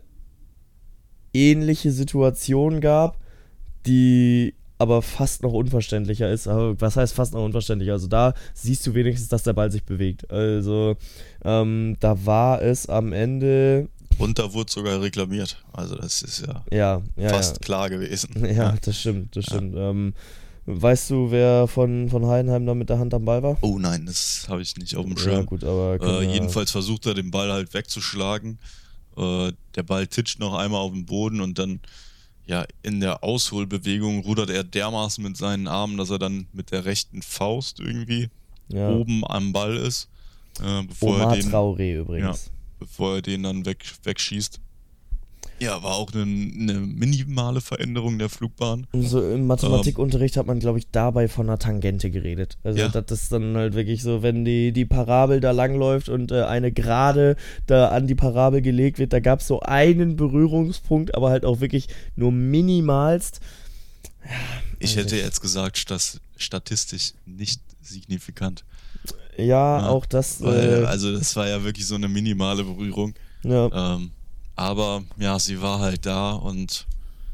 ähnliche Situation gab, die aber fast noch unverständlicher ist. Aber was heißt fast noch unverständlicher? Also da siehst du wenigstens, dass der Ball sich bewegt. Also ähm, da war es am Ende... Und da wurde sogar reklamiert. Also das ist ja, ja, ja fast ja. klar gewesen. Ja, ja, das stimmt, das stimmt. Ja. Ähm, weißt du, wer von, von Heidenheim da mit der Hand am Ball war? Oh nein, das habe ich nicht auf dem Schirm. Ja, gut, aber äh, jedenfalls versucht er, den Ball halt wegzuschlagen. Äh, der Ball titscht noch einmal auf den Boden und dann ja in der Ausholbewegung rudert er dermaßen mit seinen Armen, dass er dann mit der rechten Faust irgendwie ja. oben am Ball ist. Äh, bevor Omar er den, Traoré übrigens. Ja, bevor er den dann weg, wegschießt. Ja, war auch eine, eine minimale Veränderung der Flugbahn. So im Mathematikunterricht ähm, hat man, glaube ich, dabei von einer Tangente geredet. Also ja. das ist dann halt wirklich so, wenn die, die Parabel da langläuft und äh, eine Gerade da an die Parabel gelegt wird, da gab es so einen Berührungspunkt, aber halt auch wirklich nur minimalst. Ja, ich hätte jetzt gesagt, dass statistisch nicht signifikant. Ja, ja, auch das. Weil, äh, also das war ja wirklich so eine minimale Berührung. Ja. Ähm, aber ja, sie war halt da und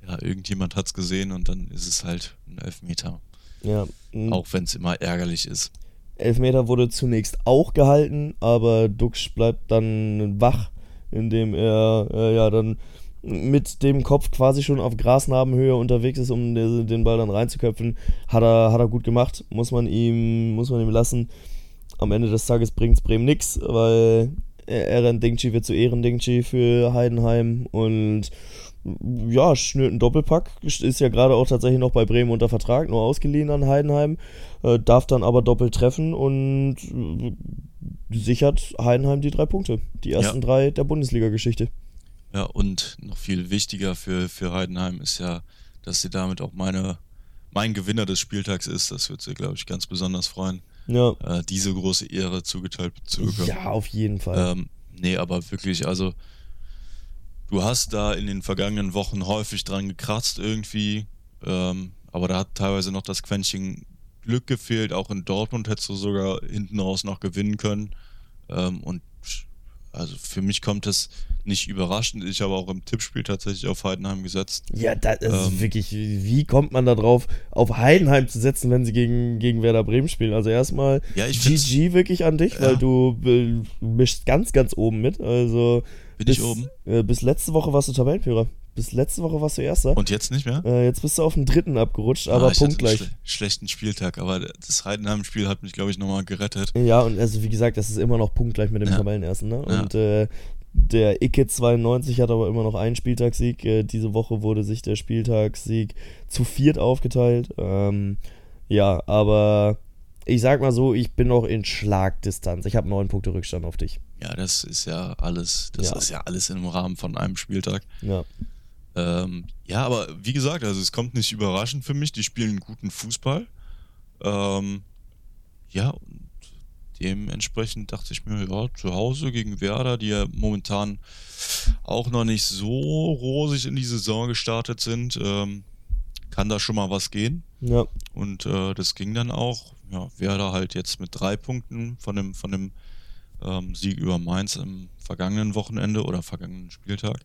ja, irgendjemand hat es gesehen und dann ist es halt ein Elfmeter. Ja. Auch wenn es immer ärgerlich ist. Elfmeter wurde zunächst auch gehalten, aber Duxch bleibt dann wach, indem er äh, ja dann mit dem Kopf quasi schon auf Grasnarbenhöhe unterwegs ist, um den Ball dann reinzuköpfen. Hat er, hat er gut gemacht, muss man ihm, muss man ihm lassen. Am Ende des Tages bringt es Bremen nichts, weil Eren Dingchi wird zu Ehren Dingchi für Heidenheim und ja, schnürt einen Doppelpack, ist ja gerade auch tatsächlich noch bei Bremen unter Vertrag, nur ausgeliehen an Heidenheim, äh, darf dann aber doppelt treffen und äh, sichert Heidenheim die drei Punkte, die ersten ja. drei der Bundesliga-Geschichte. Ja, und noch viel wichtiger für, für Heidenheim ist ja, dass sie damit auch meine, mein Gewinner des Spieltags ist, das wird sie, glaube ich, ganz besonders freuen, ja. äh, diese große Ehre zugeteilt zu bekommen. Ja, auf jeden Fall. Ähm, nee, aber wirklich, also du hast da in den vergangenen Wochen häufig dran gekratzt irgendwie, ähm, aber da hat teilweise noch das Quäntchen Glück gefehlt. Auch in Dortmund hättest du sogar hinten raus noch gewinnen können. Ähm, und also für mich kommt es nicht überraschend. Ich habe auch im Tippspiel tatsächlich auf Heidenheim gesetzt. Ja, das ist ähm, wirklich, wie kommt man da drauf, auf Heidenheim zu setzen, wenn sie gegen, gegen Werder Bremen spielen? Also erstmal ja, G G wirklich an dich, ja. weil du äh, mischst ganz, ganz oben mit. Also Bin bis, ich oben? Äh, bis letzte Woche warst du Tabellenführer. Bis letzte Woche warst du Erster. Und jetzt nicht mehr? Äh, jetzt bist du auf den dritten abgerutscht, aber ah, ich punktgleich. Hatte einen schle- schlechten Spieltag, aber das Heidenheim-Spiel hat mich, glaube ich, nochmal gerettet. Ja, und also wie gesagt, das ist immer noch punktgleich mit dem ja. Tabellenersten. Ne? Ja. Und äh, der Icke zweiundneunzig hat aber immer noch einen Spieltagssieg. Äh, diese Woche wurde sich der Spieltagssieg zu viert aufgeteilt. Ähm, ja, aber ich sag mal so, ich bin noch in Schlagdistanz. Ich habe neun Punkte Rückstand auf dich. Ja, das ist ja alles, das Ja. ist ja alles im Rahmen von einem Spieltag. Ja. Ähm, ja, aber wie gesagt, also es kommt nicht überraschend für mich. Die spielen guten Fußball. Ähm, ja, und dementsprechend dachte ich mir, ja, zu Hause gegen Werder, die ja momentan auch noch nicht so rosig in die Saison gestartet sind, ähm, kann da schon mal was gehen. Ja. Und äh, das ging dann auch. Ja, Werder halt jetzt mit drei Punkten von dem, von dem ähm, Sieg über Mainz im vergangenen Wochenende oder vergangenen Spieltag.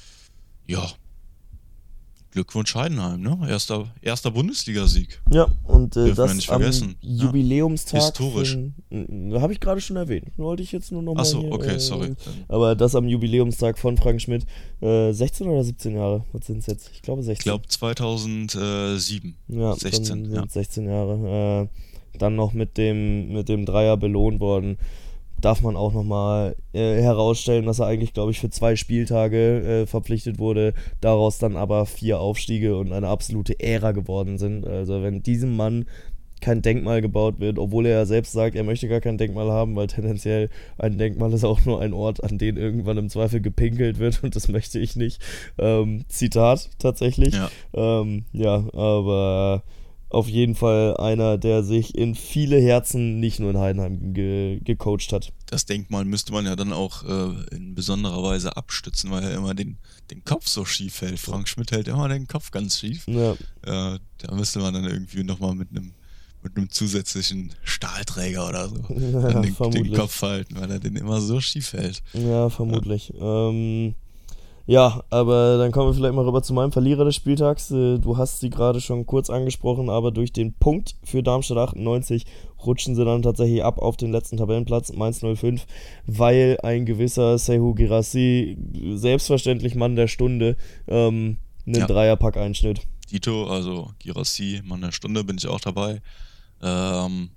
Ja, Glückwunsch Heidenheim, ne? Erster, erster Bundesligasieg. Ja, und äh, Dürfen wir das nicht am vergessen. Jubiläumstag. Historisch. Habe ich gerade schon erwähnt. Wollte ich jetzt nur noch mal Achso, hier, okay, äh, sorry. Aber das am Jubiläumstag von Frank Schmidt. Äh, sechzehn oder siebzehn Jahre? Was sind es jetzt? Ich glaube sechzehn. Ich glaube zweitausendsieben. Ja, sechzehn, dann ja. sind sechzehn Jahre. Äh, dann noch mit dem, mit dem Dreier belohnt worden. Darf man auch nochmal äh, herausstellen, dass er eigentlich, glaube ich, für zwei Spieltage äh, verpflichtet wurde, daraus dann aber vier Aufstiege und eine absolute Ära geworden sind. Also wenn diesem Mann kein Denkmal gebaut wird, obwohl er ja selbst sagt, er möchte gar kein Denkmal haben, weil tendenziell ein Denkmal ist auch nur ein Ort, an den irgendwann im Zweifel gepinkelt wird und das möchte ich nicht. Ähm, Zitat tatsächlich. Ja. Ähm, ja, aber auf jeden Fall einer, der sich in viele Herzen, nicht nur in Heidenheim, ge- gecoacht hat. Das Denkmal müsste man ja dann auch äh, in besonderer Weise abstützen, weil er immer den, den Kopf so schief hält. Frank Schmidt hält immer den Kopf ganz schief. Ja. Äh, da müsste man dann irgendwie nochmal mit einem mit einem zusätzlichen Stahlträger oder so Ja, den, vermutlich. den Kopf halten, weil er den immer so schief hält. Ja, vermutlich. Ja. Ähm, ja, aber dann kommen wir vielleicht mal rüber zu meinem Verlierer des Spieltags. Äh, Du hast sie gerade schon kurz angesprochen, aber durch den Punkt für Darmstadt achtundneunzig rutschen sie dann tatsächlich ab auf den letzten Tabellenplatz, Mainz null fünf, weil ein gewisser Sekou Guirassy, selbstverständlich Mann der Stunde, ähm, einen Ja. Dreierpack einschnitt. Dito, also Guirassy, Mann der Stunde, bin ich auch dabei. Ähm,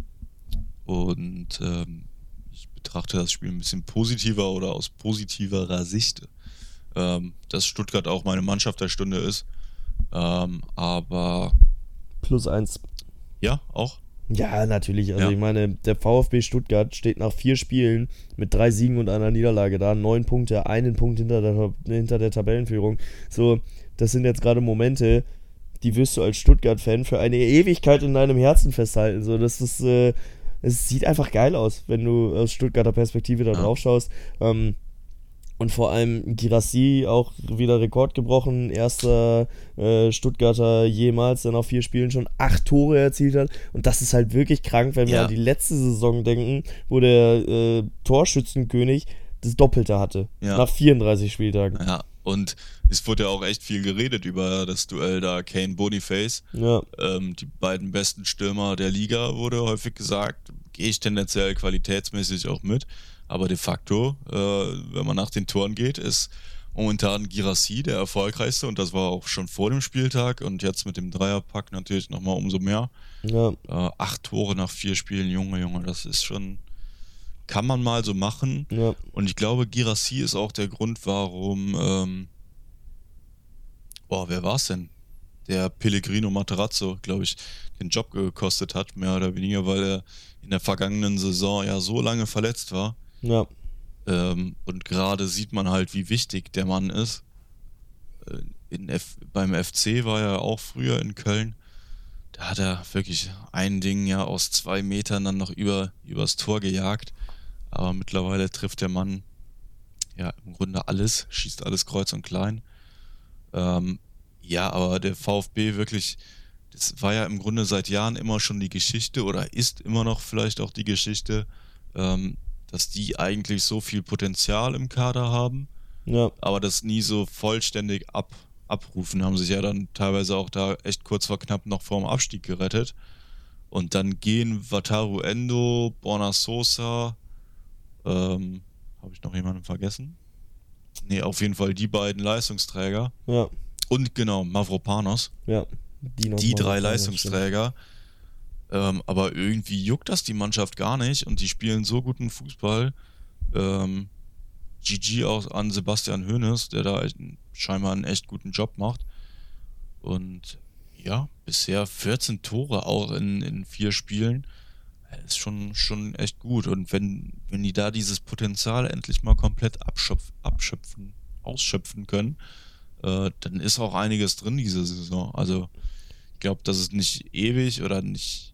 und ähm, ich betrachte das Spiel ein bisschen positiver oder aus positiverer Sicht, ähm, dass Stuttgart auch meine Mannschaft der Stunde ist. Ähm, aber Plus eins. ja, auch. Ja, natürlich. Also Ja. ich meine, der VfB Stuttgart steht nach vier Spielen mit drei Siegen und einer Niederlage da. Neun Punkte, einen Punkt hinter der, hinter der Tabellenführung. So, das sind jetzt gerade Momente, die wirst du als Stuttgart-Fan für eine Ewigkeit in deinem Herzen festhalten. So, das ist, äh, es sieht einfach geil aus, wenn du aus Stuttgarter Perspektive da Ja. drauf schaust. Ähm, Und vor allem Guirassy auch wieder Rekord gebrochen. Erster äh, Stuttgarter jemals, der nach vier Spielen schon acht Tore erzielt hat. Und das ist halt wirklich krank, wenn wir Ja. an die letzte Saison denken, wo der äh, Torschützenkönig das Doppelte hatte. Ja. Nach vierunddreißig Spieltagen. Ja, und es wurde ja auch echt viel geredet über das Duell da Kane-Boniface. Ja. Ähm, die beiden besten Stürmer der Liga, wurde häufig gesagt. Gehe ich tendenziell qualitätsmäßig auch mit. Aber de facto, äh, wenn man nach den Toren geht, ist momentan Guirassy der erfolgreichste. Und das war auch schon vor dem Spieltag. Und jetzt mit dem Dreierpack natürlich nochmal umso mehr. Ja. Äh, acht Tore nach vier Spielen, Junge, Junge, das ist schon... Kann man mal so machen. Ja. Und ich glaube, Guirassy ist auch der Grund, warum... Ähm, boah, wer war's denn? Der Pellegrino Matarazzo, glaube ich, den Job gekostet hat, mehr oder weniger, weil er in der vergangenen Saison ja so lange verletzt war. Ja. Ähm, und gerade sieht man halt, wie wichtig der Mann ist. Äh, in F- beim F C war er auch früher in Köln. Da hat er wirklich ein Ding ja aus zwei Metern dann noch über übers Tor gejagt. Aber mittlerweile trifft der Mann ja im Grunde alles, schießt alles kreuz und klein. Ähm, ja, aber der VfB wirklich, das war ja im Grunde seit Jahren immer schon die Geschichte oder ist immer noch vielleicht auch die Geschichte, ähm, dass die eigentlich so viel Potenzial im Kader haben, Ja. aber das nie so vollständig ab, abrufen. Haben sich ja dann teilweise auch da echt kurz vor knapp noch vorm Abstieg gerettet. Und dann gehen Wataru Endo, Borna Sosa, ähm, habe ich noch jemanden vergessen? Nee, auf jeden Fall die beiden Leistungsträger. Ja. Und genau, Mavropanos. Ja. Die, noch Die mal drei was, Leistungsträger. Ähm, aber irgendwie juckt das die Mannschaft gar nicht und die spielen so guten Fußball. Ähm, G G auch an Sebastian Hoeneß, der da echt, scheinbar einen echt guten Job macht. Und ja, bisher vierzehn Tore auch in, in vier Spielen. Ist schon, schon echt gut. Und wenn, wenn die da dieses Potenzial endlich mal komplett abschöpf, abschöpfen, ausschöpfen können, äh, dann ist auch einiges drin diese Saison. Also ich glaube, dass es nicht ewig oder nicht,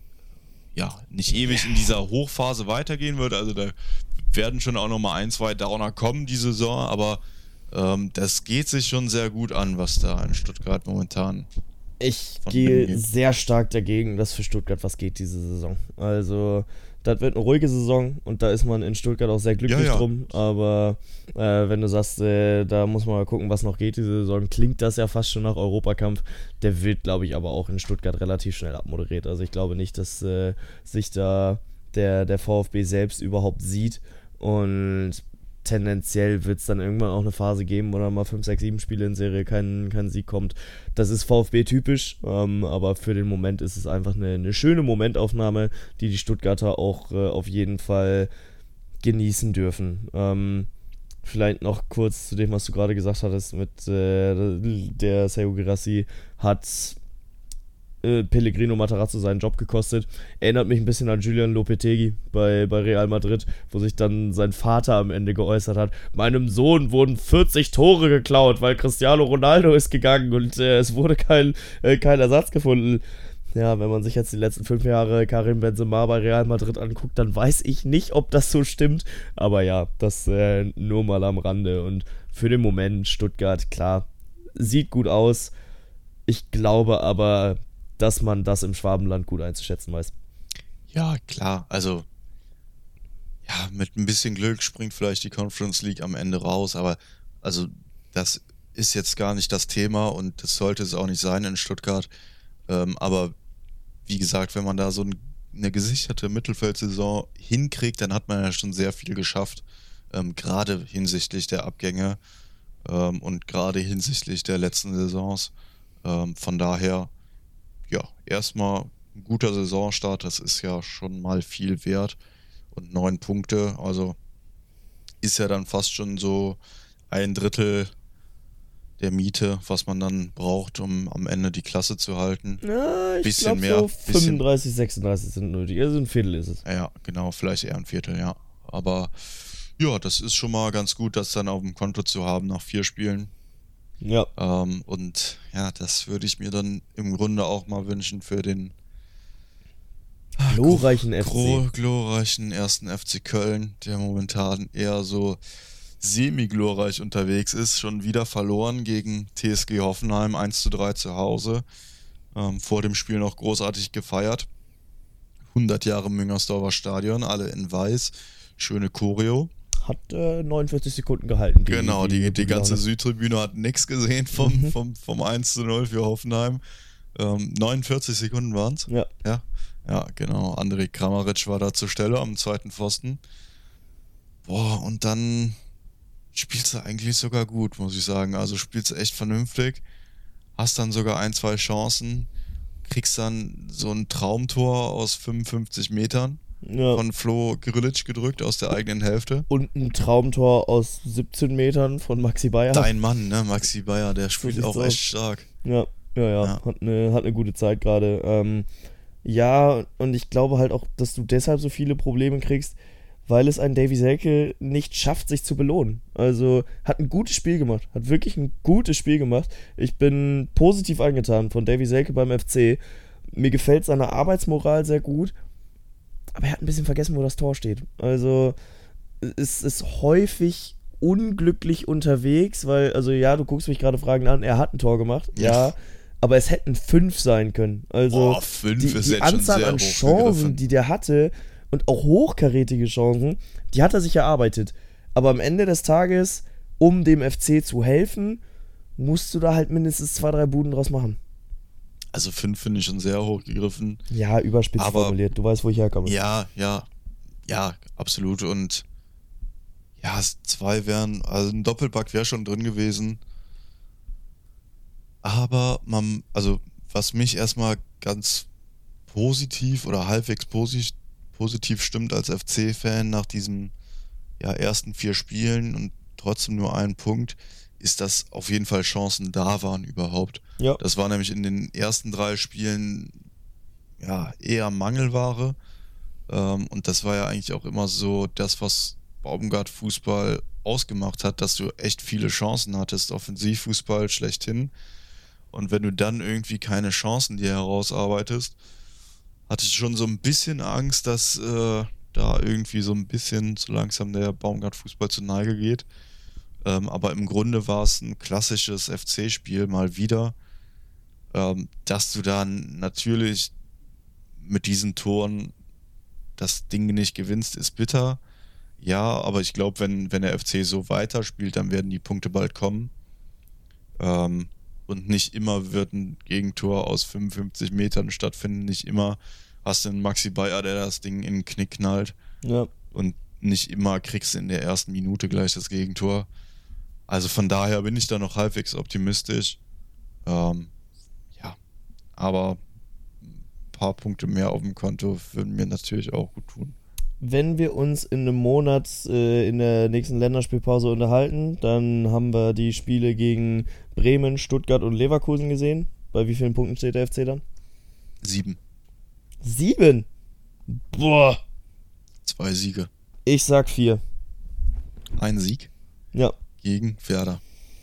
ja, nicht ewig in dieser Hochphase weitergehen wird. Also da werden schon auch nochmal ein, zwei Downer kommen die Saison, aber ähm, das geht sich schon sehr gut an, was da in Stuttgart momentan. Ich gehe sehr stark dagegen, dass für Stuttgart was geht diese Saison. Also, das wird eine ruhige Saison und da ist man in Stuttgart auch sehr glücklich ja, ja. drum. Aber äh, wenn du sagst, äh, da muss man mal gucken, was noch geht diese Saison, klingt das ja fast schon nach Europakampf. Der wird, glaube ich, aber auch in Stuttgart relativ schnell abmoderiert. Also ich glaube nicht, dass äh, sich da der, der VfB selbst überhaupt sieht. Und tendenziell wird es dann irgendwann auch eine Phase geben, wo dann mal fünf, sechs, sieben Spiele in Serie kein, kein Sieg kommt. Das ist VfB-typisch, ähm, aber für den Moment ist es einfach eine, eine schöne Momentaufnahme, die die Stuttgarter auch äh, auf jeden Fall genießen dürfen. Ähm, vielleicht noch kurz zu dem, was du gerade gesagt hattest mit äh, der Serhou Guirassy hat Pellegrino Matarazzo seinen Job gekostet. Erinnert mich ein bisschen an Julian Lopetegui bei, bei Real Madrid, wo sich dann sein Vater am Ende geäußert hat. Meinem Sohn wurden vierzig Tore geklaut, weil Cristiano Ronaldo ist gegangen und äh, es wurde kein, äh, kein Ersatz gefunden. Ja, wenn man sich jetzt die letzten fünf Jahre Karim Benzema bei Real Madrid anguckt, dann weiß ich nicht, ob das so stimmt. Aber ja, das äh, nur mal am Rande. Und für den Moment Stuttgart, klar, sieht gut aus. Ich glaube aber, dass man das im Schwabenland gut einzuschätzen weiß. Ja, klar. Also, ja, mit ein bisschen Glück springt vielleicht die Conference League am Ende raus, aber also das ist jetzt gar nicht das Thema und das sollte es auch nicht sein in Stuttgart. Ähm, aber wie gesagt, wenn man da so ein, eine gesicherte Mittelfeldsaison hinkriegt, dann hat man ja schon sehr viel geschafft, ähm, gerade hinsichtlich der Abgänge ähm, und gerade hinsichtlich der letzten Saisons. Ähm, von daher ja, erstmal ein guter Saisonstart, das ist ja schon mal viel wert und neun Punkte, also ist ja dann fast schon so ein Drittel der Miete, was man dann braucht, um am Ende die Klasse zu halten. Ja, ich bisschen glaube mehr, so bisschen, fünfunddreißig, sechsunddreißig sind nötig, also ein Viertel ist es. Ja, genau, vielleicht eher ein Viertel, ja. Aber ja, das ist schon mal ganz gut, das dann auf dem Konto zu haben nach vier Spielen. Ja. Ähm, und ja, das würde ich mir dann im Grunde auch mal wünschen für den glorreichen F C. Gro- glorreichen ersten F C Köln, der momentan eher so semi-glorreich unterwegs ist. Schon wieder verloren gegen T S G Hoffenheim, eins zu drei zu Hause. Ähm, vor dem Spiel noch großartig gefeiert. hundert Jahre Müngersdorfer Stadion, alle in weiß. Schöne Choreo. hat äh, neunundvierzig Sekunden gehalten. Die, genau, die, die, die ganze Laune. Südtribüne hat nichts gesehen vom, Mhm. vom, vom eins zu null für Hoffenheim. Ähm, neunundvierzig Sekunden waren es. Ja. ja. Ja, genau. Andrej Kramaric war da zur Stelle am zweiten Pfosten. Boah, und dann spielst du eigentlich sogar gut, muss ich sagen. Also spielst du echt vernünftig. Hast dann sogar ein, zwei Chancen. Kriegst dann so ein Traumtor aus fünfundfünfzig Metern Ja. von Flo Grillitsch gedrückt aus der eigenen Hälfte. Und ein Traumtor aus siebzehn Metern von Maxi Bayer. Dein Mann, ne, Maxi Bayer, der spielt sieht's auch aus. echt stark. Ja, ja, ja, Ja. Hat, eine, hat eine gute Zeit gerade. Ähm, ja, und ich glaube halt auch, dass du deshalb so viele Probleme kriegst, weil es ein Davy Selke nicht schafft, sich zu belohnen. Also hat ein gutes Spiel gemacht, hat wirklich ein gutes Spiel gemacht. Ich bin positiv angetan von Davy Selke beim F C. Mir gefällt seine Arbeitsmoral sehr gut, aber er hat ein bisschen vergessen, wo das Tor steht. Also es ist häufig unglücklich unterwegs, weil, also ja, du guckst mich gerade Fragen an, er hat ein Tor gemacht, ja, Ja. aber es hätten fünf sein können. Also Boah, fünf die, ist die jetzt schon Anzahl sehr an hoch Chancen, gegriffen. die der hatte und auch hochkarätige Chancen, die hat er sich erarbeitet. Aber am Ende des Tages, um dem F C zu helfen, musst du da halt mindestens zwei, drei Buden draus machen. Also fünf finde ich schon sehr hoch gegriffen. Ja, überspitzt Aber- formuliert. Du weißt, wo ich herkomme. Ja, ja, ja, absolut. Und ja, es- zwei wären, also ein Doppelpack wäre schon drin gewesen. Aber man, also was mich erstmal ganz positiv oder halbwegs posi- positiv stimmt als F C-Fan nach diesen ja, ersten vier Spielen und trotzdem nur ein Punkt, ist, dass auf jeden Fall Chancen da waren überhaupt. Ja. Das war nämlich in den ersten drei Spielen ja eher Mangelware. Ähm, und das war ja eigentlich auch immer so das, was Baumgart Fußball ausgemacht hat, dass du echt viele Chancen hattest, Offensivfußball schlechthin. Und wenn du dann irgendwie keine Chancen dir herausarbeitest, hatte ich schon so ein bisschen Angst, dass äh, da irgendwie so ein bisschen so langsam der Baumgart-Fußball zur Neige geht. Ähm, aber im Grunde war es ein klassisches F C-Spiel mal wieder, ähm, dass du dann natürlich mit diesen Toren das Ding nicht gewinnst, ist bitter. Ja, aber ich glaube, wenn, wenn der F C so weiterspielt, dann werden die Punkte bald kommen. Ähm, und nicht immer wird ein Gegentor aus fünfundfünfzig Metern stattfinden. Nicht immer hast du einen Maxi Bayer, der das Ding in den Knick knallt. Ja. Und nicht immer kriegst du in der ersten Minute gleich das Gegentor. Also von daher bin ich da noch halbwegs optimistisch. Ähm, ja, aber ein paar Punkte mehr auf dem Konto würden mir natürlich auch gut tun. Wenn wir uns in einem Monat äh, in der nächsten Länderspielpause unterhalten, dann haben wir die Spiele gegen Bremen, Stuttgart und Leverkusen gesehen. Bei wie vielen Punkten steht der F C dann? Sieben. Sieben? Boah. Zwei Siege. Ich sag vier. Ein Sieg Ja, gegen Werder.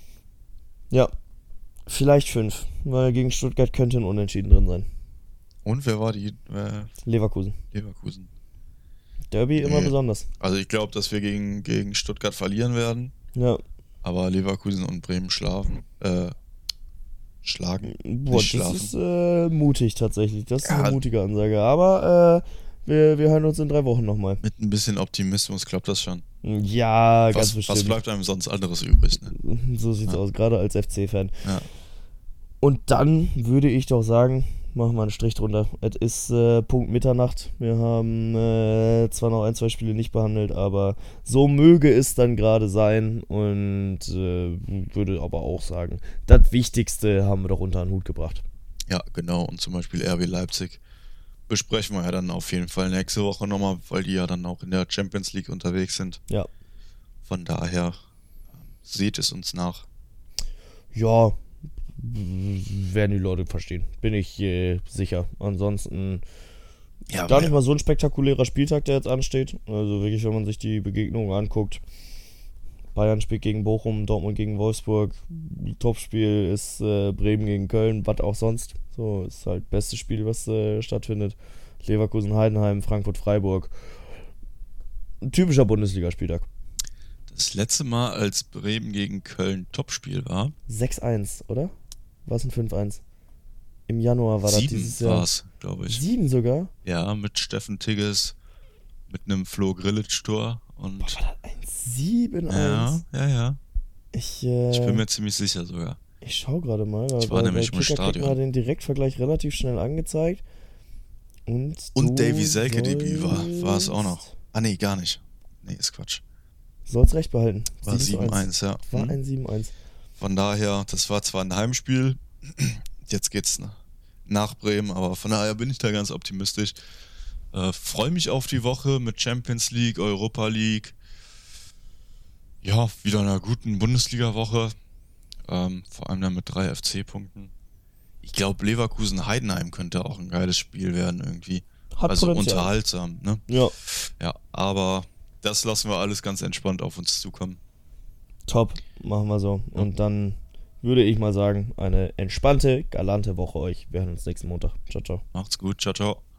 ja. Vielleicht fünf, weil gegen Stuttgart könnte ein Unentschieden drin sein. Und wer war die äh, Leverkusen. Leverkusen? Derby immer Nee. besonders. Also ich glaube, dass wir gegen, gegen Stuttgart verlieren werden, Ja. aber Leverkusen und Bremen schlafen. Äh, schlagen. Boah, nicht das schlafen. ist äh, mutig tatsächlich. Das ist Ja. eine mutige Ansage. Aber äh, wir, wir hören uns in drei Wochen nochmal. Mit ein bisschen Optimismus klappt das schon. Ja, ganz Was, bestimmt. was bleibt einem sonst anderes übrig? Ne? So sieht's Ja. aus, gerade als F C-Fan. Ja. Und dann würde ich doch sagen, machen wir einen Strich drunter. Es ist äh, Punkt Mitternacht. Wir haben äh, zwar noch ein, zwei Spiele nicht behandelt, aber so möge es dann gerade sein. Und äh, würde aber auch sagen, das Wichtigste haben wir doch unter den Hut gebracht. Ja, genau. Und zum Beispiel R B Leipzig besprechen wir ja dann auf jeden Fall nächste Woche nochmal, weil die ja dann auch in der Champions League unterwegs sind. Ja. Von daher ähm, seht es uns nach. Ja, werden die Leute verstehen. Bin ich äh, sicher. Ansonsten Ja, gar nicht mal so ein spektakulärer Spieltag, der jetzt ansteht. Also wirklich, wenn man sich die Begegnungen anguckt. Bayern spielt gegen Bochum, Dortmund gegen Wolfsburg. Topspiel ist äh, Bremen gegen Köln, was auch sonst. So ist halt das beste Spiel, was äh, stattfindet. Leverkusen, Heidenheim, Frankfurt, Freiburg. Ein typischer Bundesligaspieltag. Das letzte Mal, als Bremen gegen Köln Topspiel war, sechs eins, oder? War es ein fünf eins? Im Januar war das sieben dieses Jahr. war es, glaube ich. Sieben sogar? Ja, mit Steffen Tigges, mit einem Flo Grillitsch-Tor Und Boah, war das ein sieben eins? ja, ja, ja. Ich, äh, Ich bin mir ziemlich sicher sogar. ich schau gerade mal. Ich war bei, nämlich bei im Kicker kriegt Stadion. man den Direktvergleich relativ schnell angezeigt. Und, Und du Davy Selke Debüt war, war es auch noch. sollst- Ah nee, gar nicht. Nee, ist Quatsch. Soll's recht behalten. War sieben zu sieben eins, ja. War Hm. ein sieben eins. Von daher, das war zwar ein Heimspiel, jetzt geht's nach Bremen, aber von daher bin ich da ganz optimistisch. Äh, freue mich auf die Woche mit Champions League, Europa League. Ja, wieder einer guten Bundesliga-Woche. Ähm, vor allem dann mit drei F C-Punkten. Ich glaube, Leverkusen-Heidenheim könnte auch ein geiles Spiel werden irgendwie. Hat also Potenzial. unterhaltsam, ne? Ja, Ja, aber das lassen wir alles ganz entspannt auf uns zukommen. top. Machen wir so. Und dann würde ich mal sagen, eine entspannte, galante Woche euch. Wir hören uns nächsten Montag. Ciao, ciao. Macht's gut, ciao, ciao.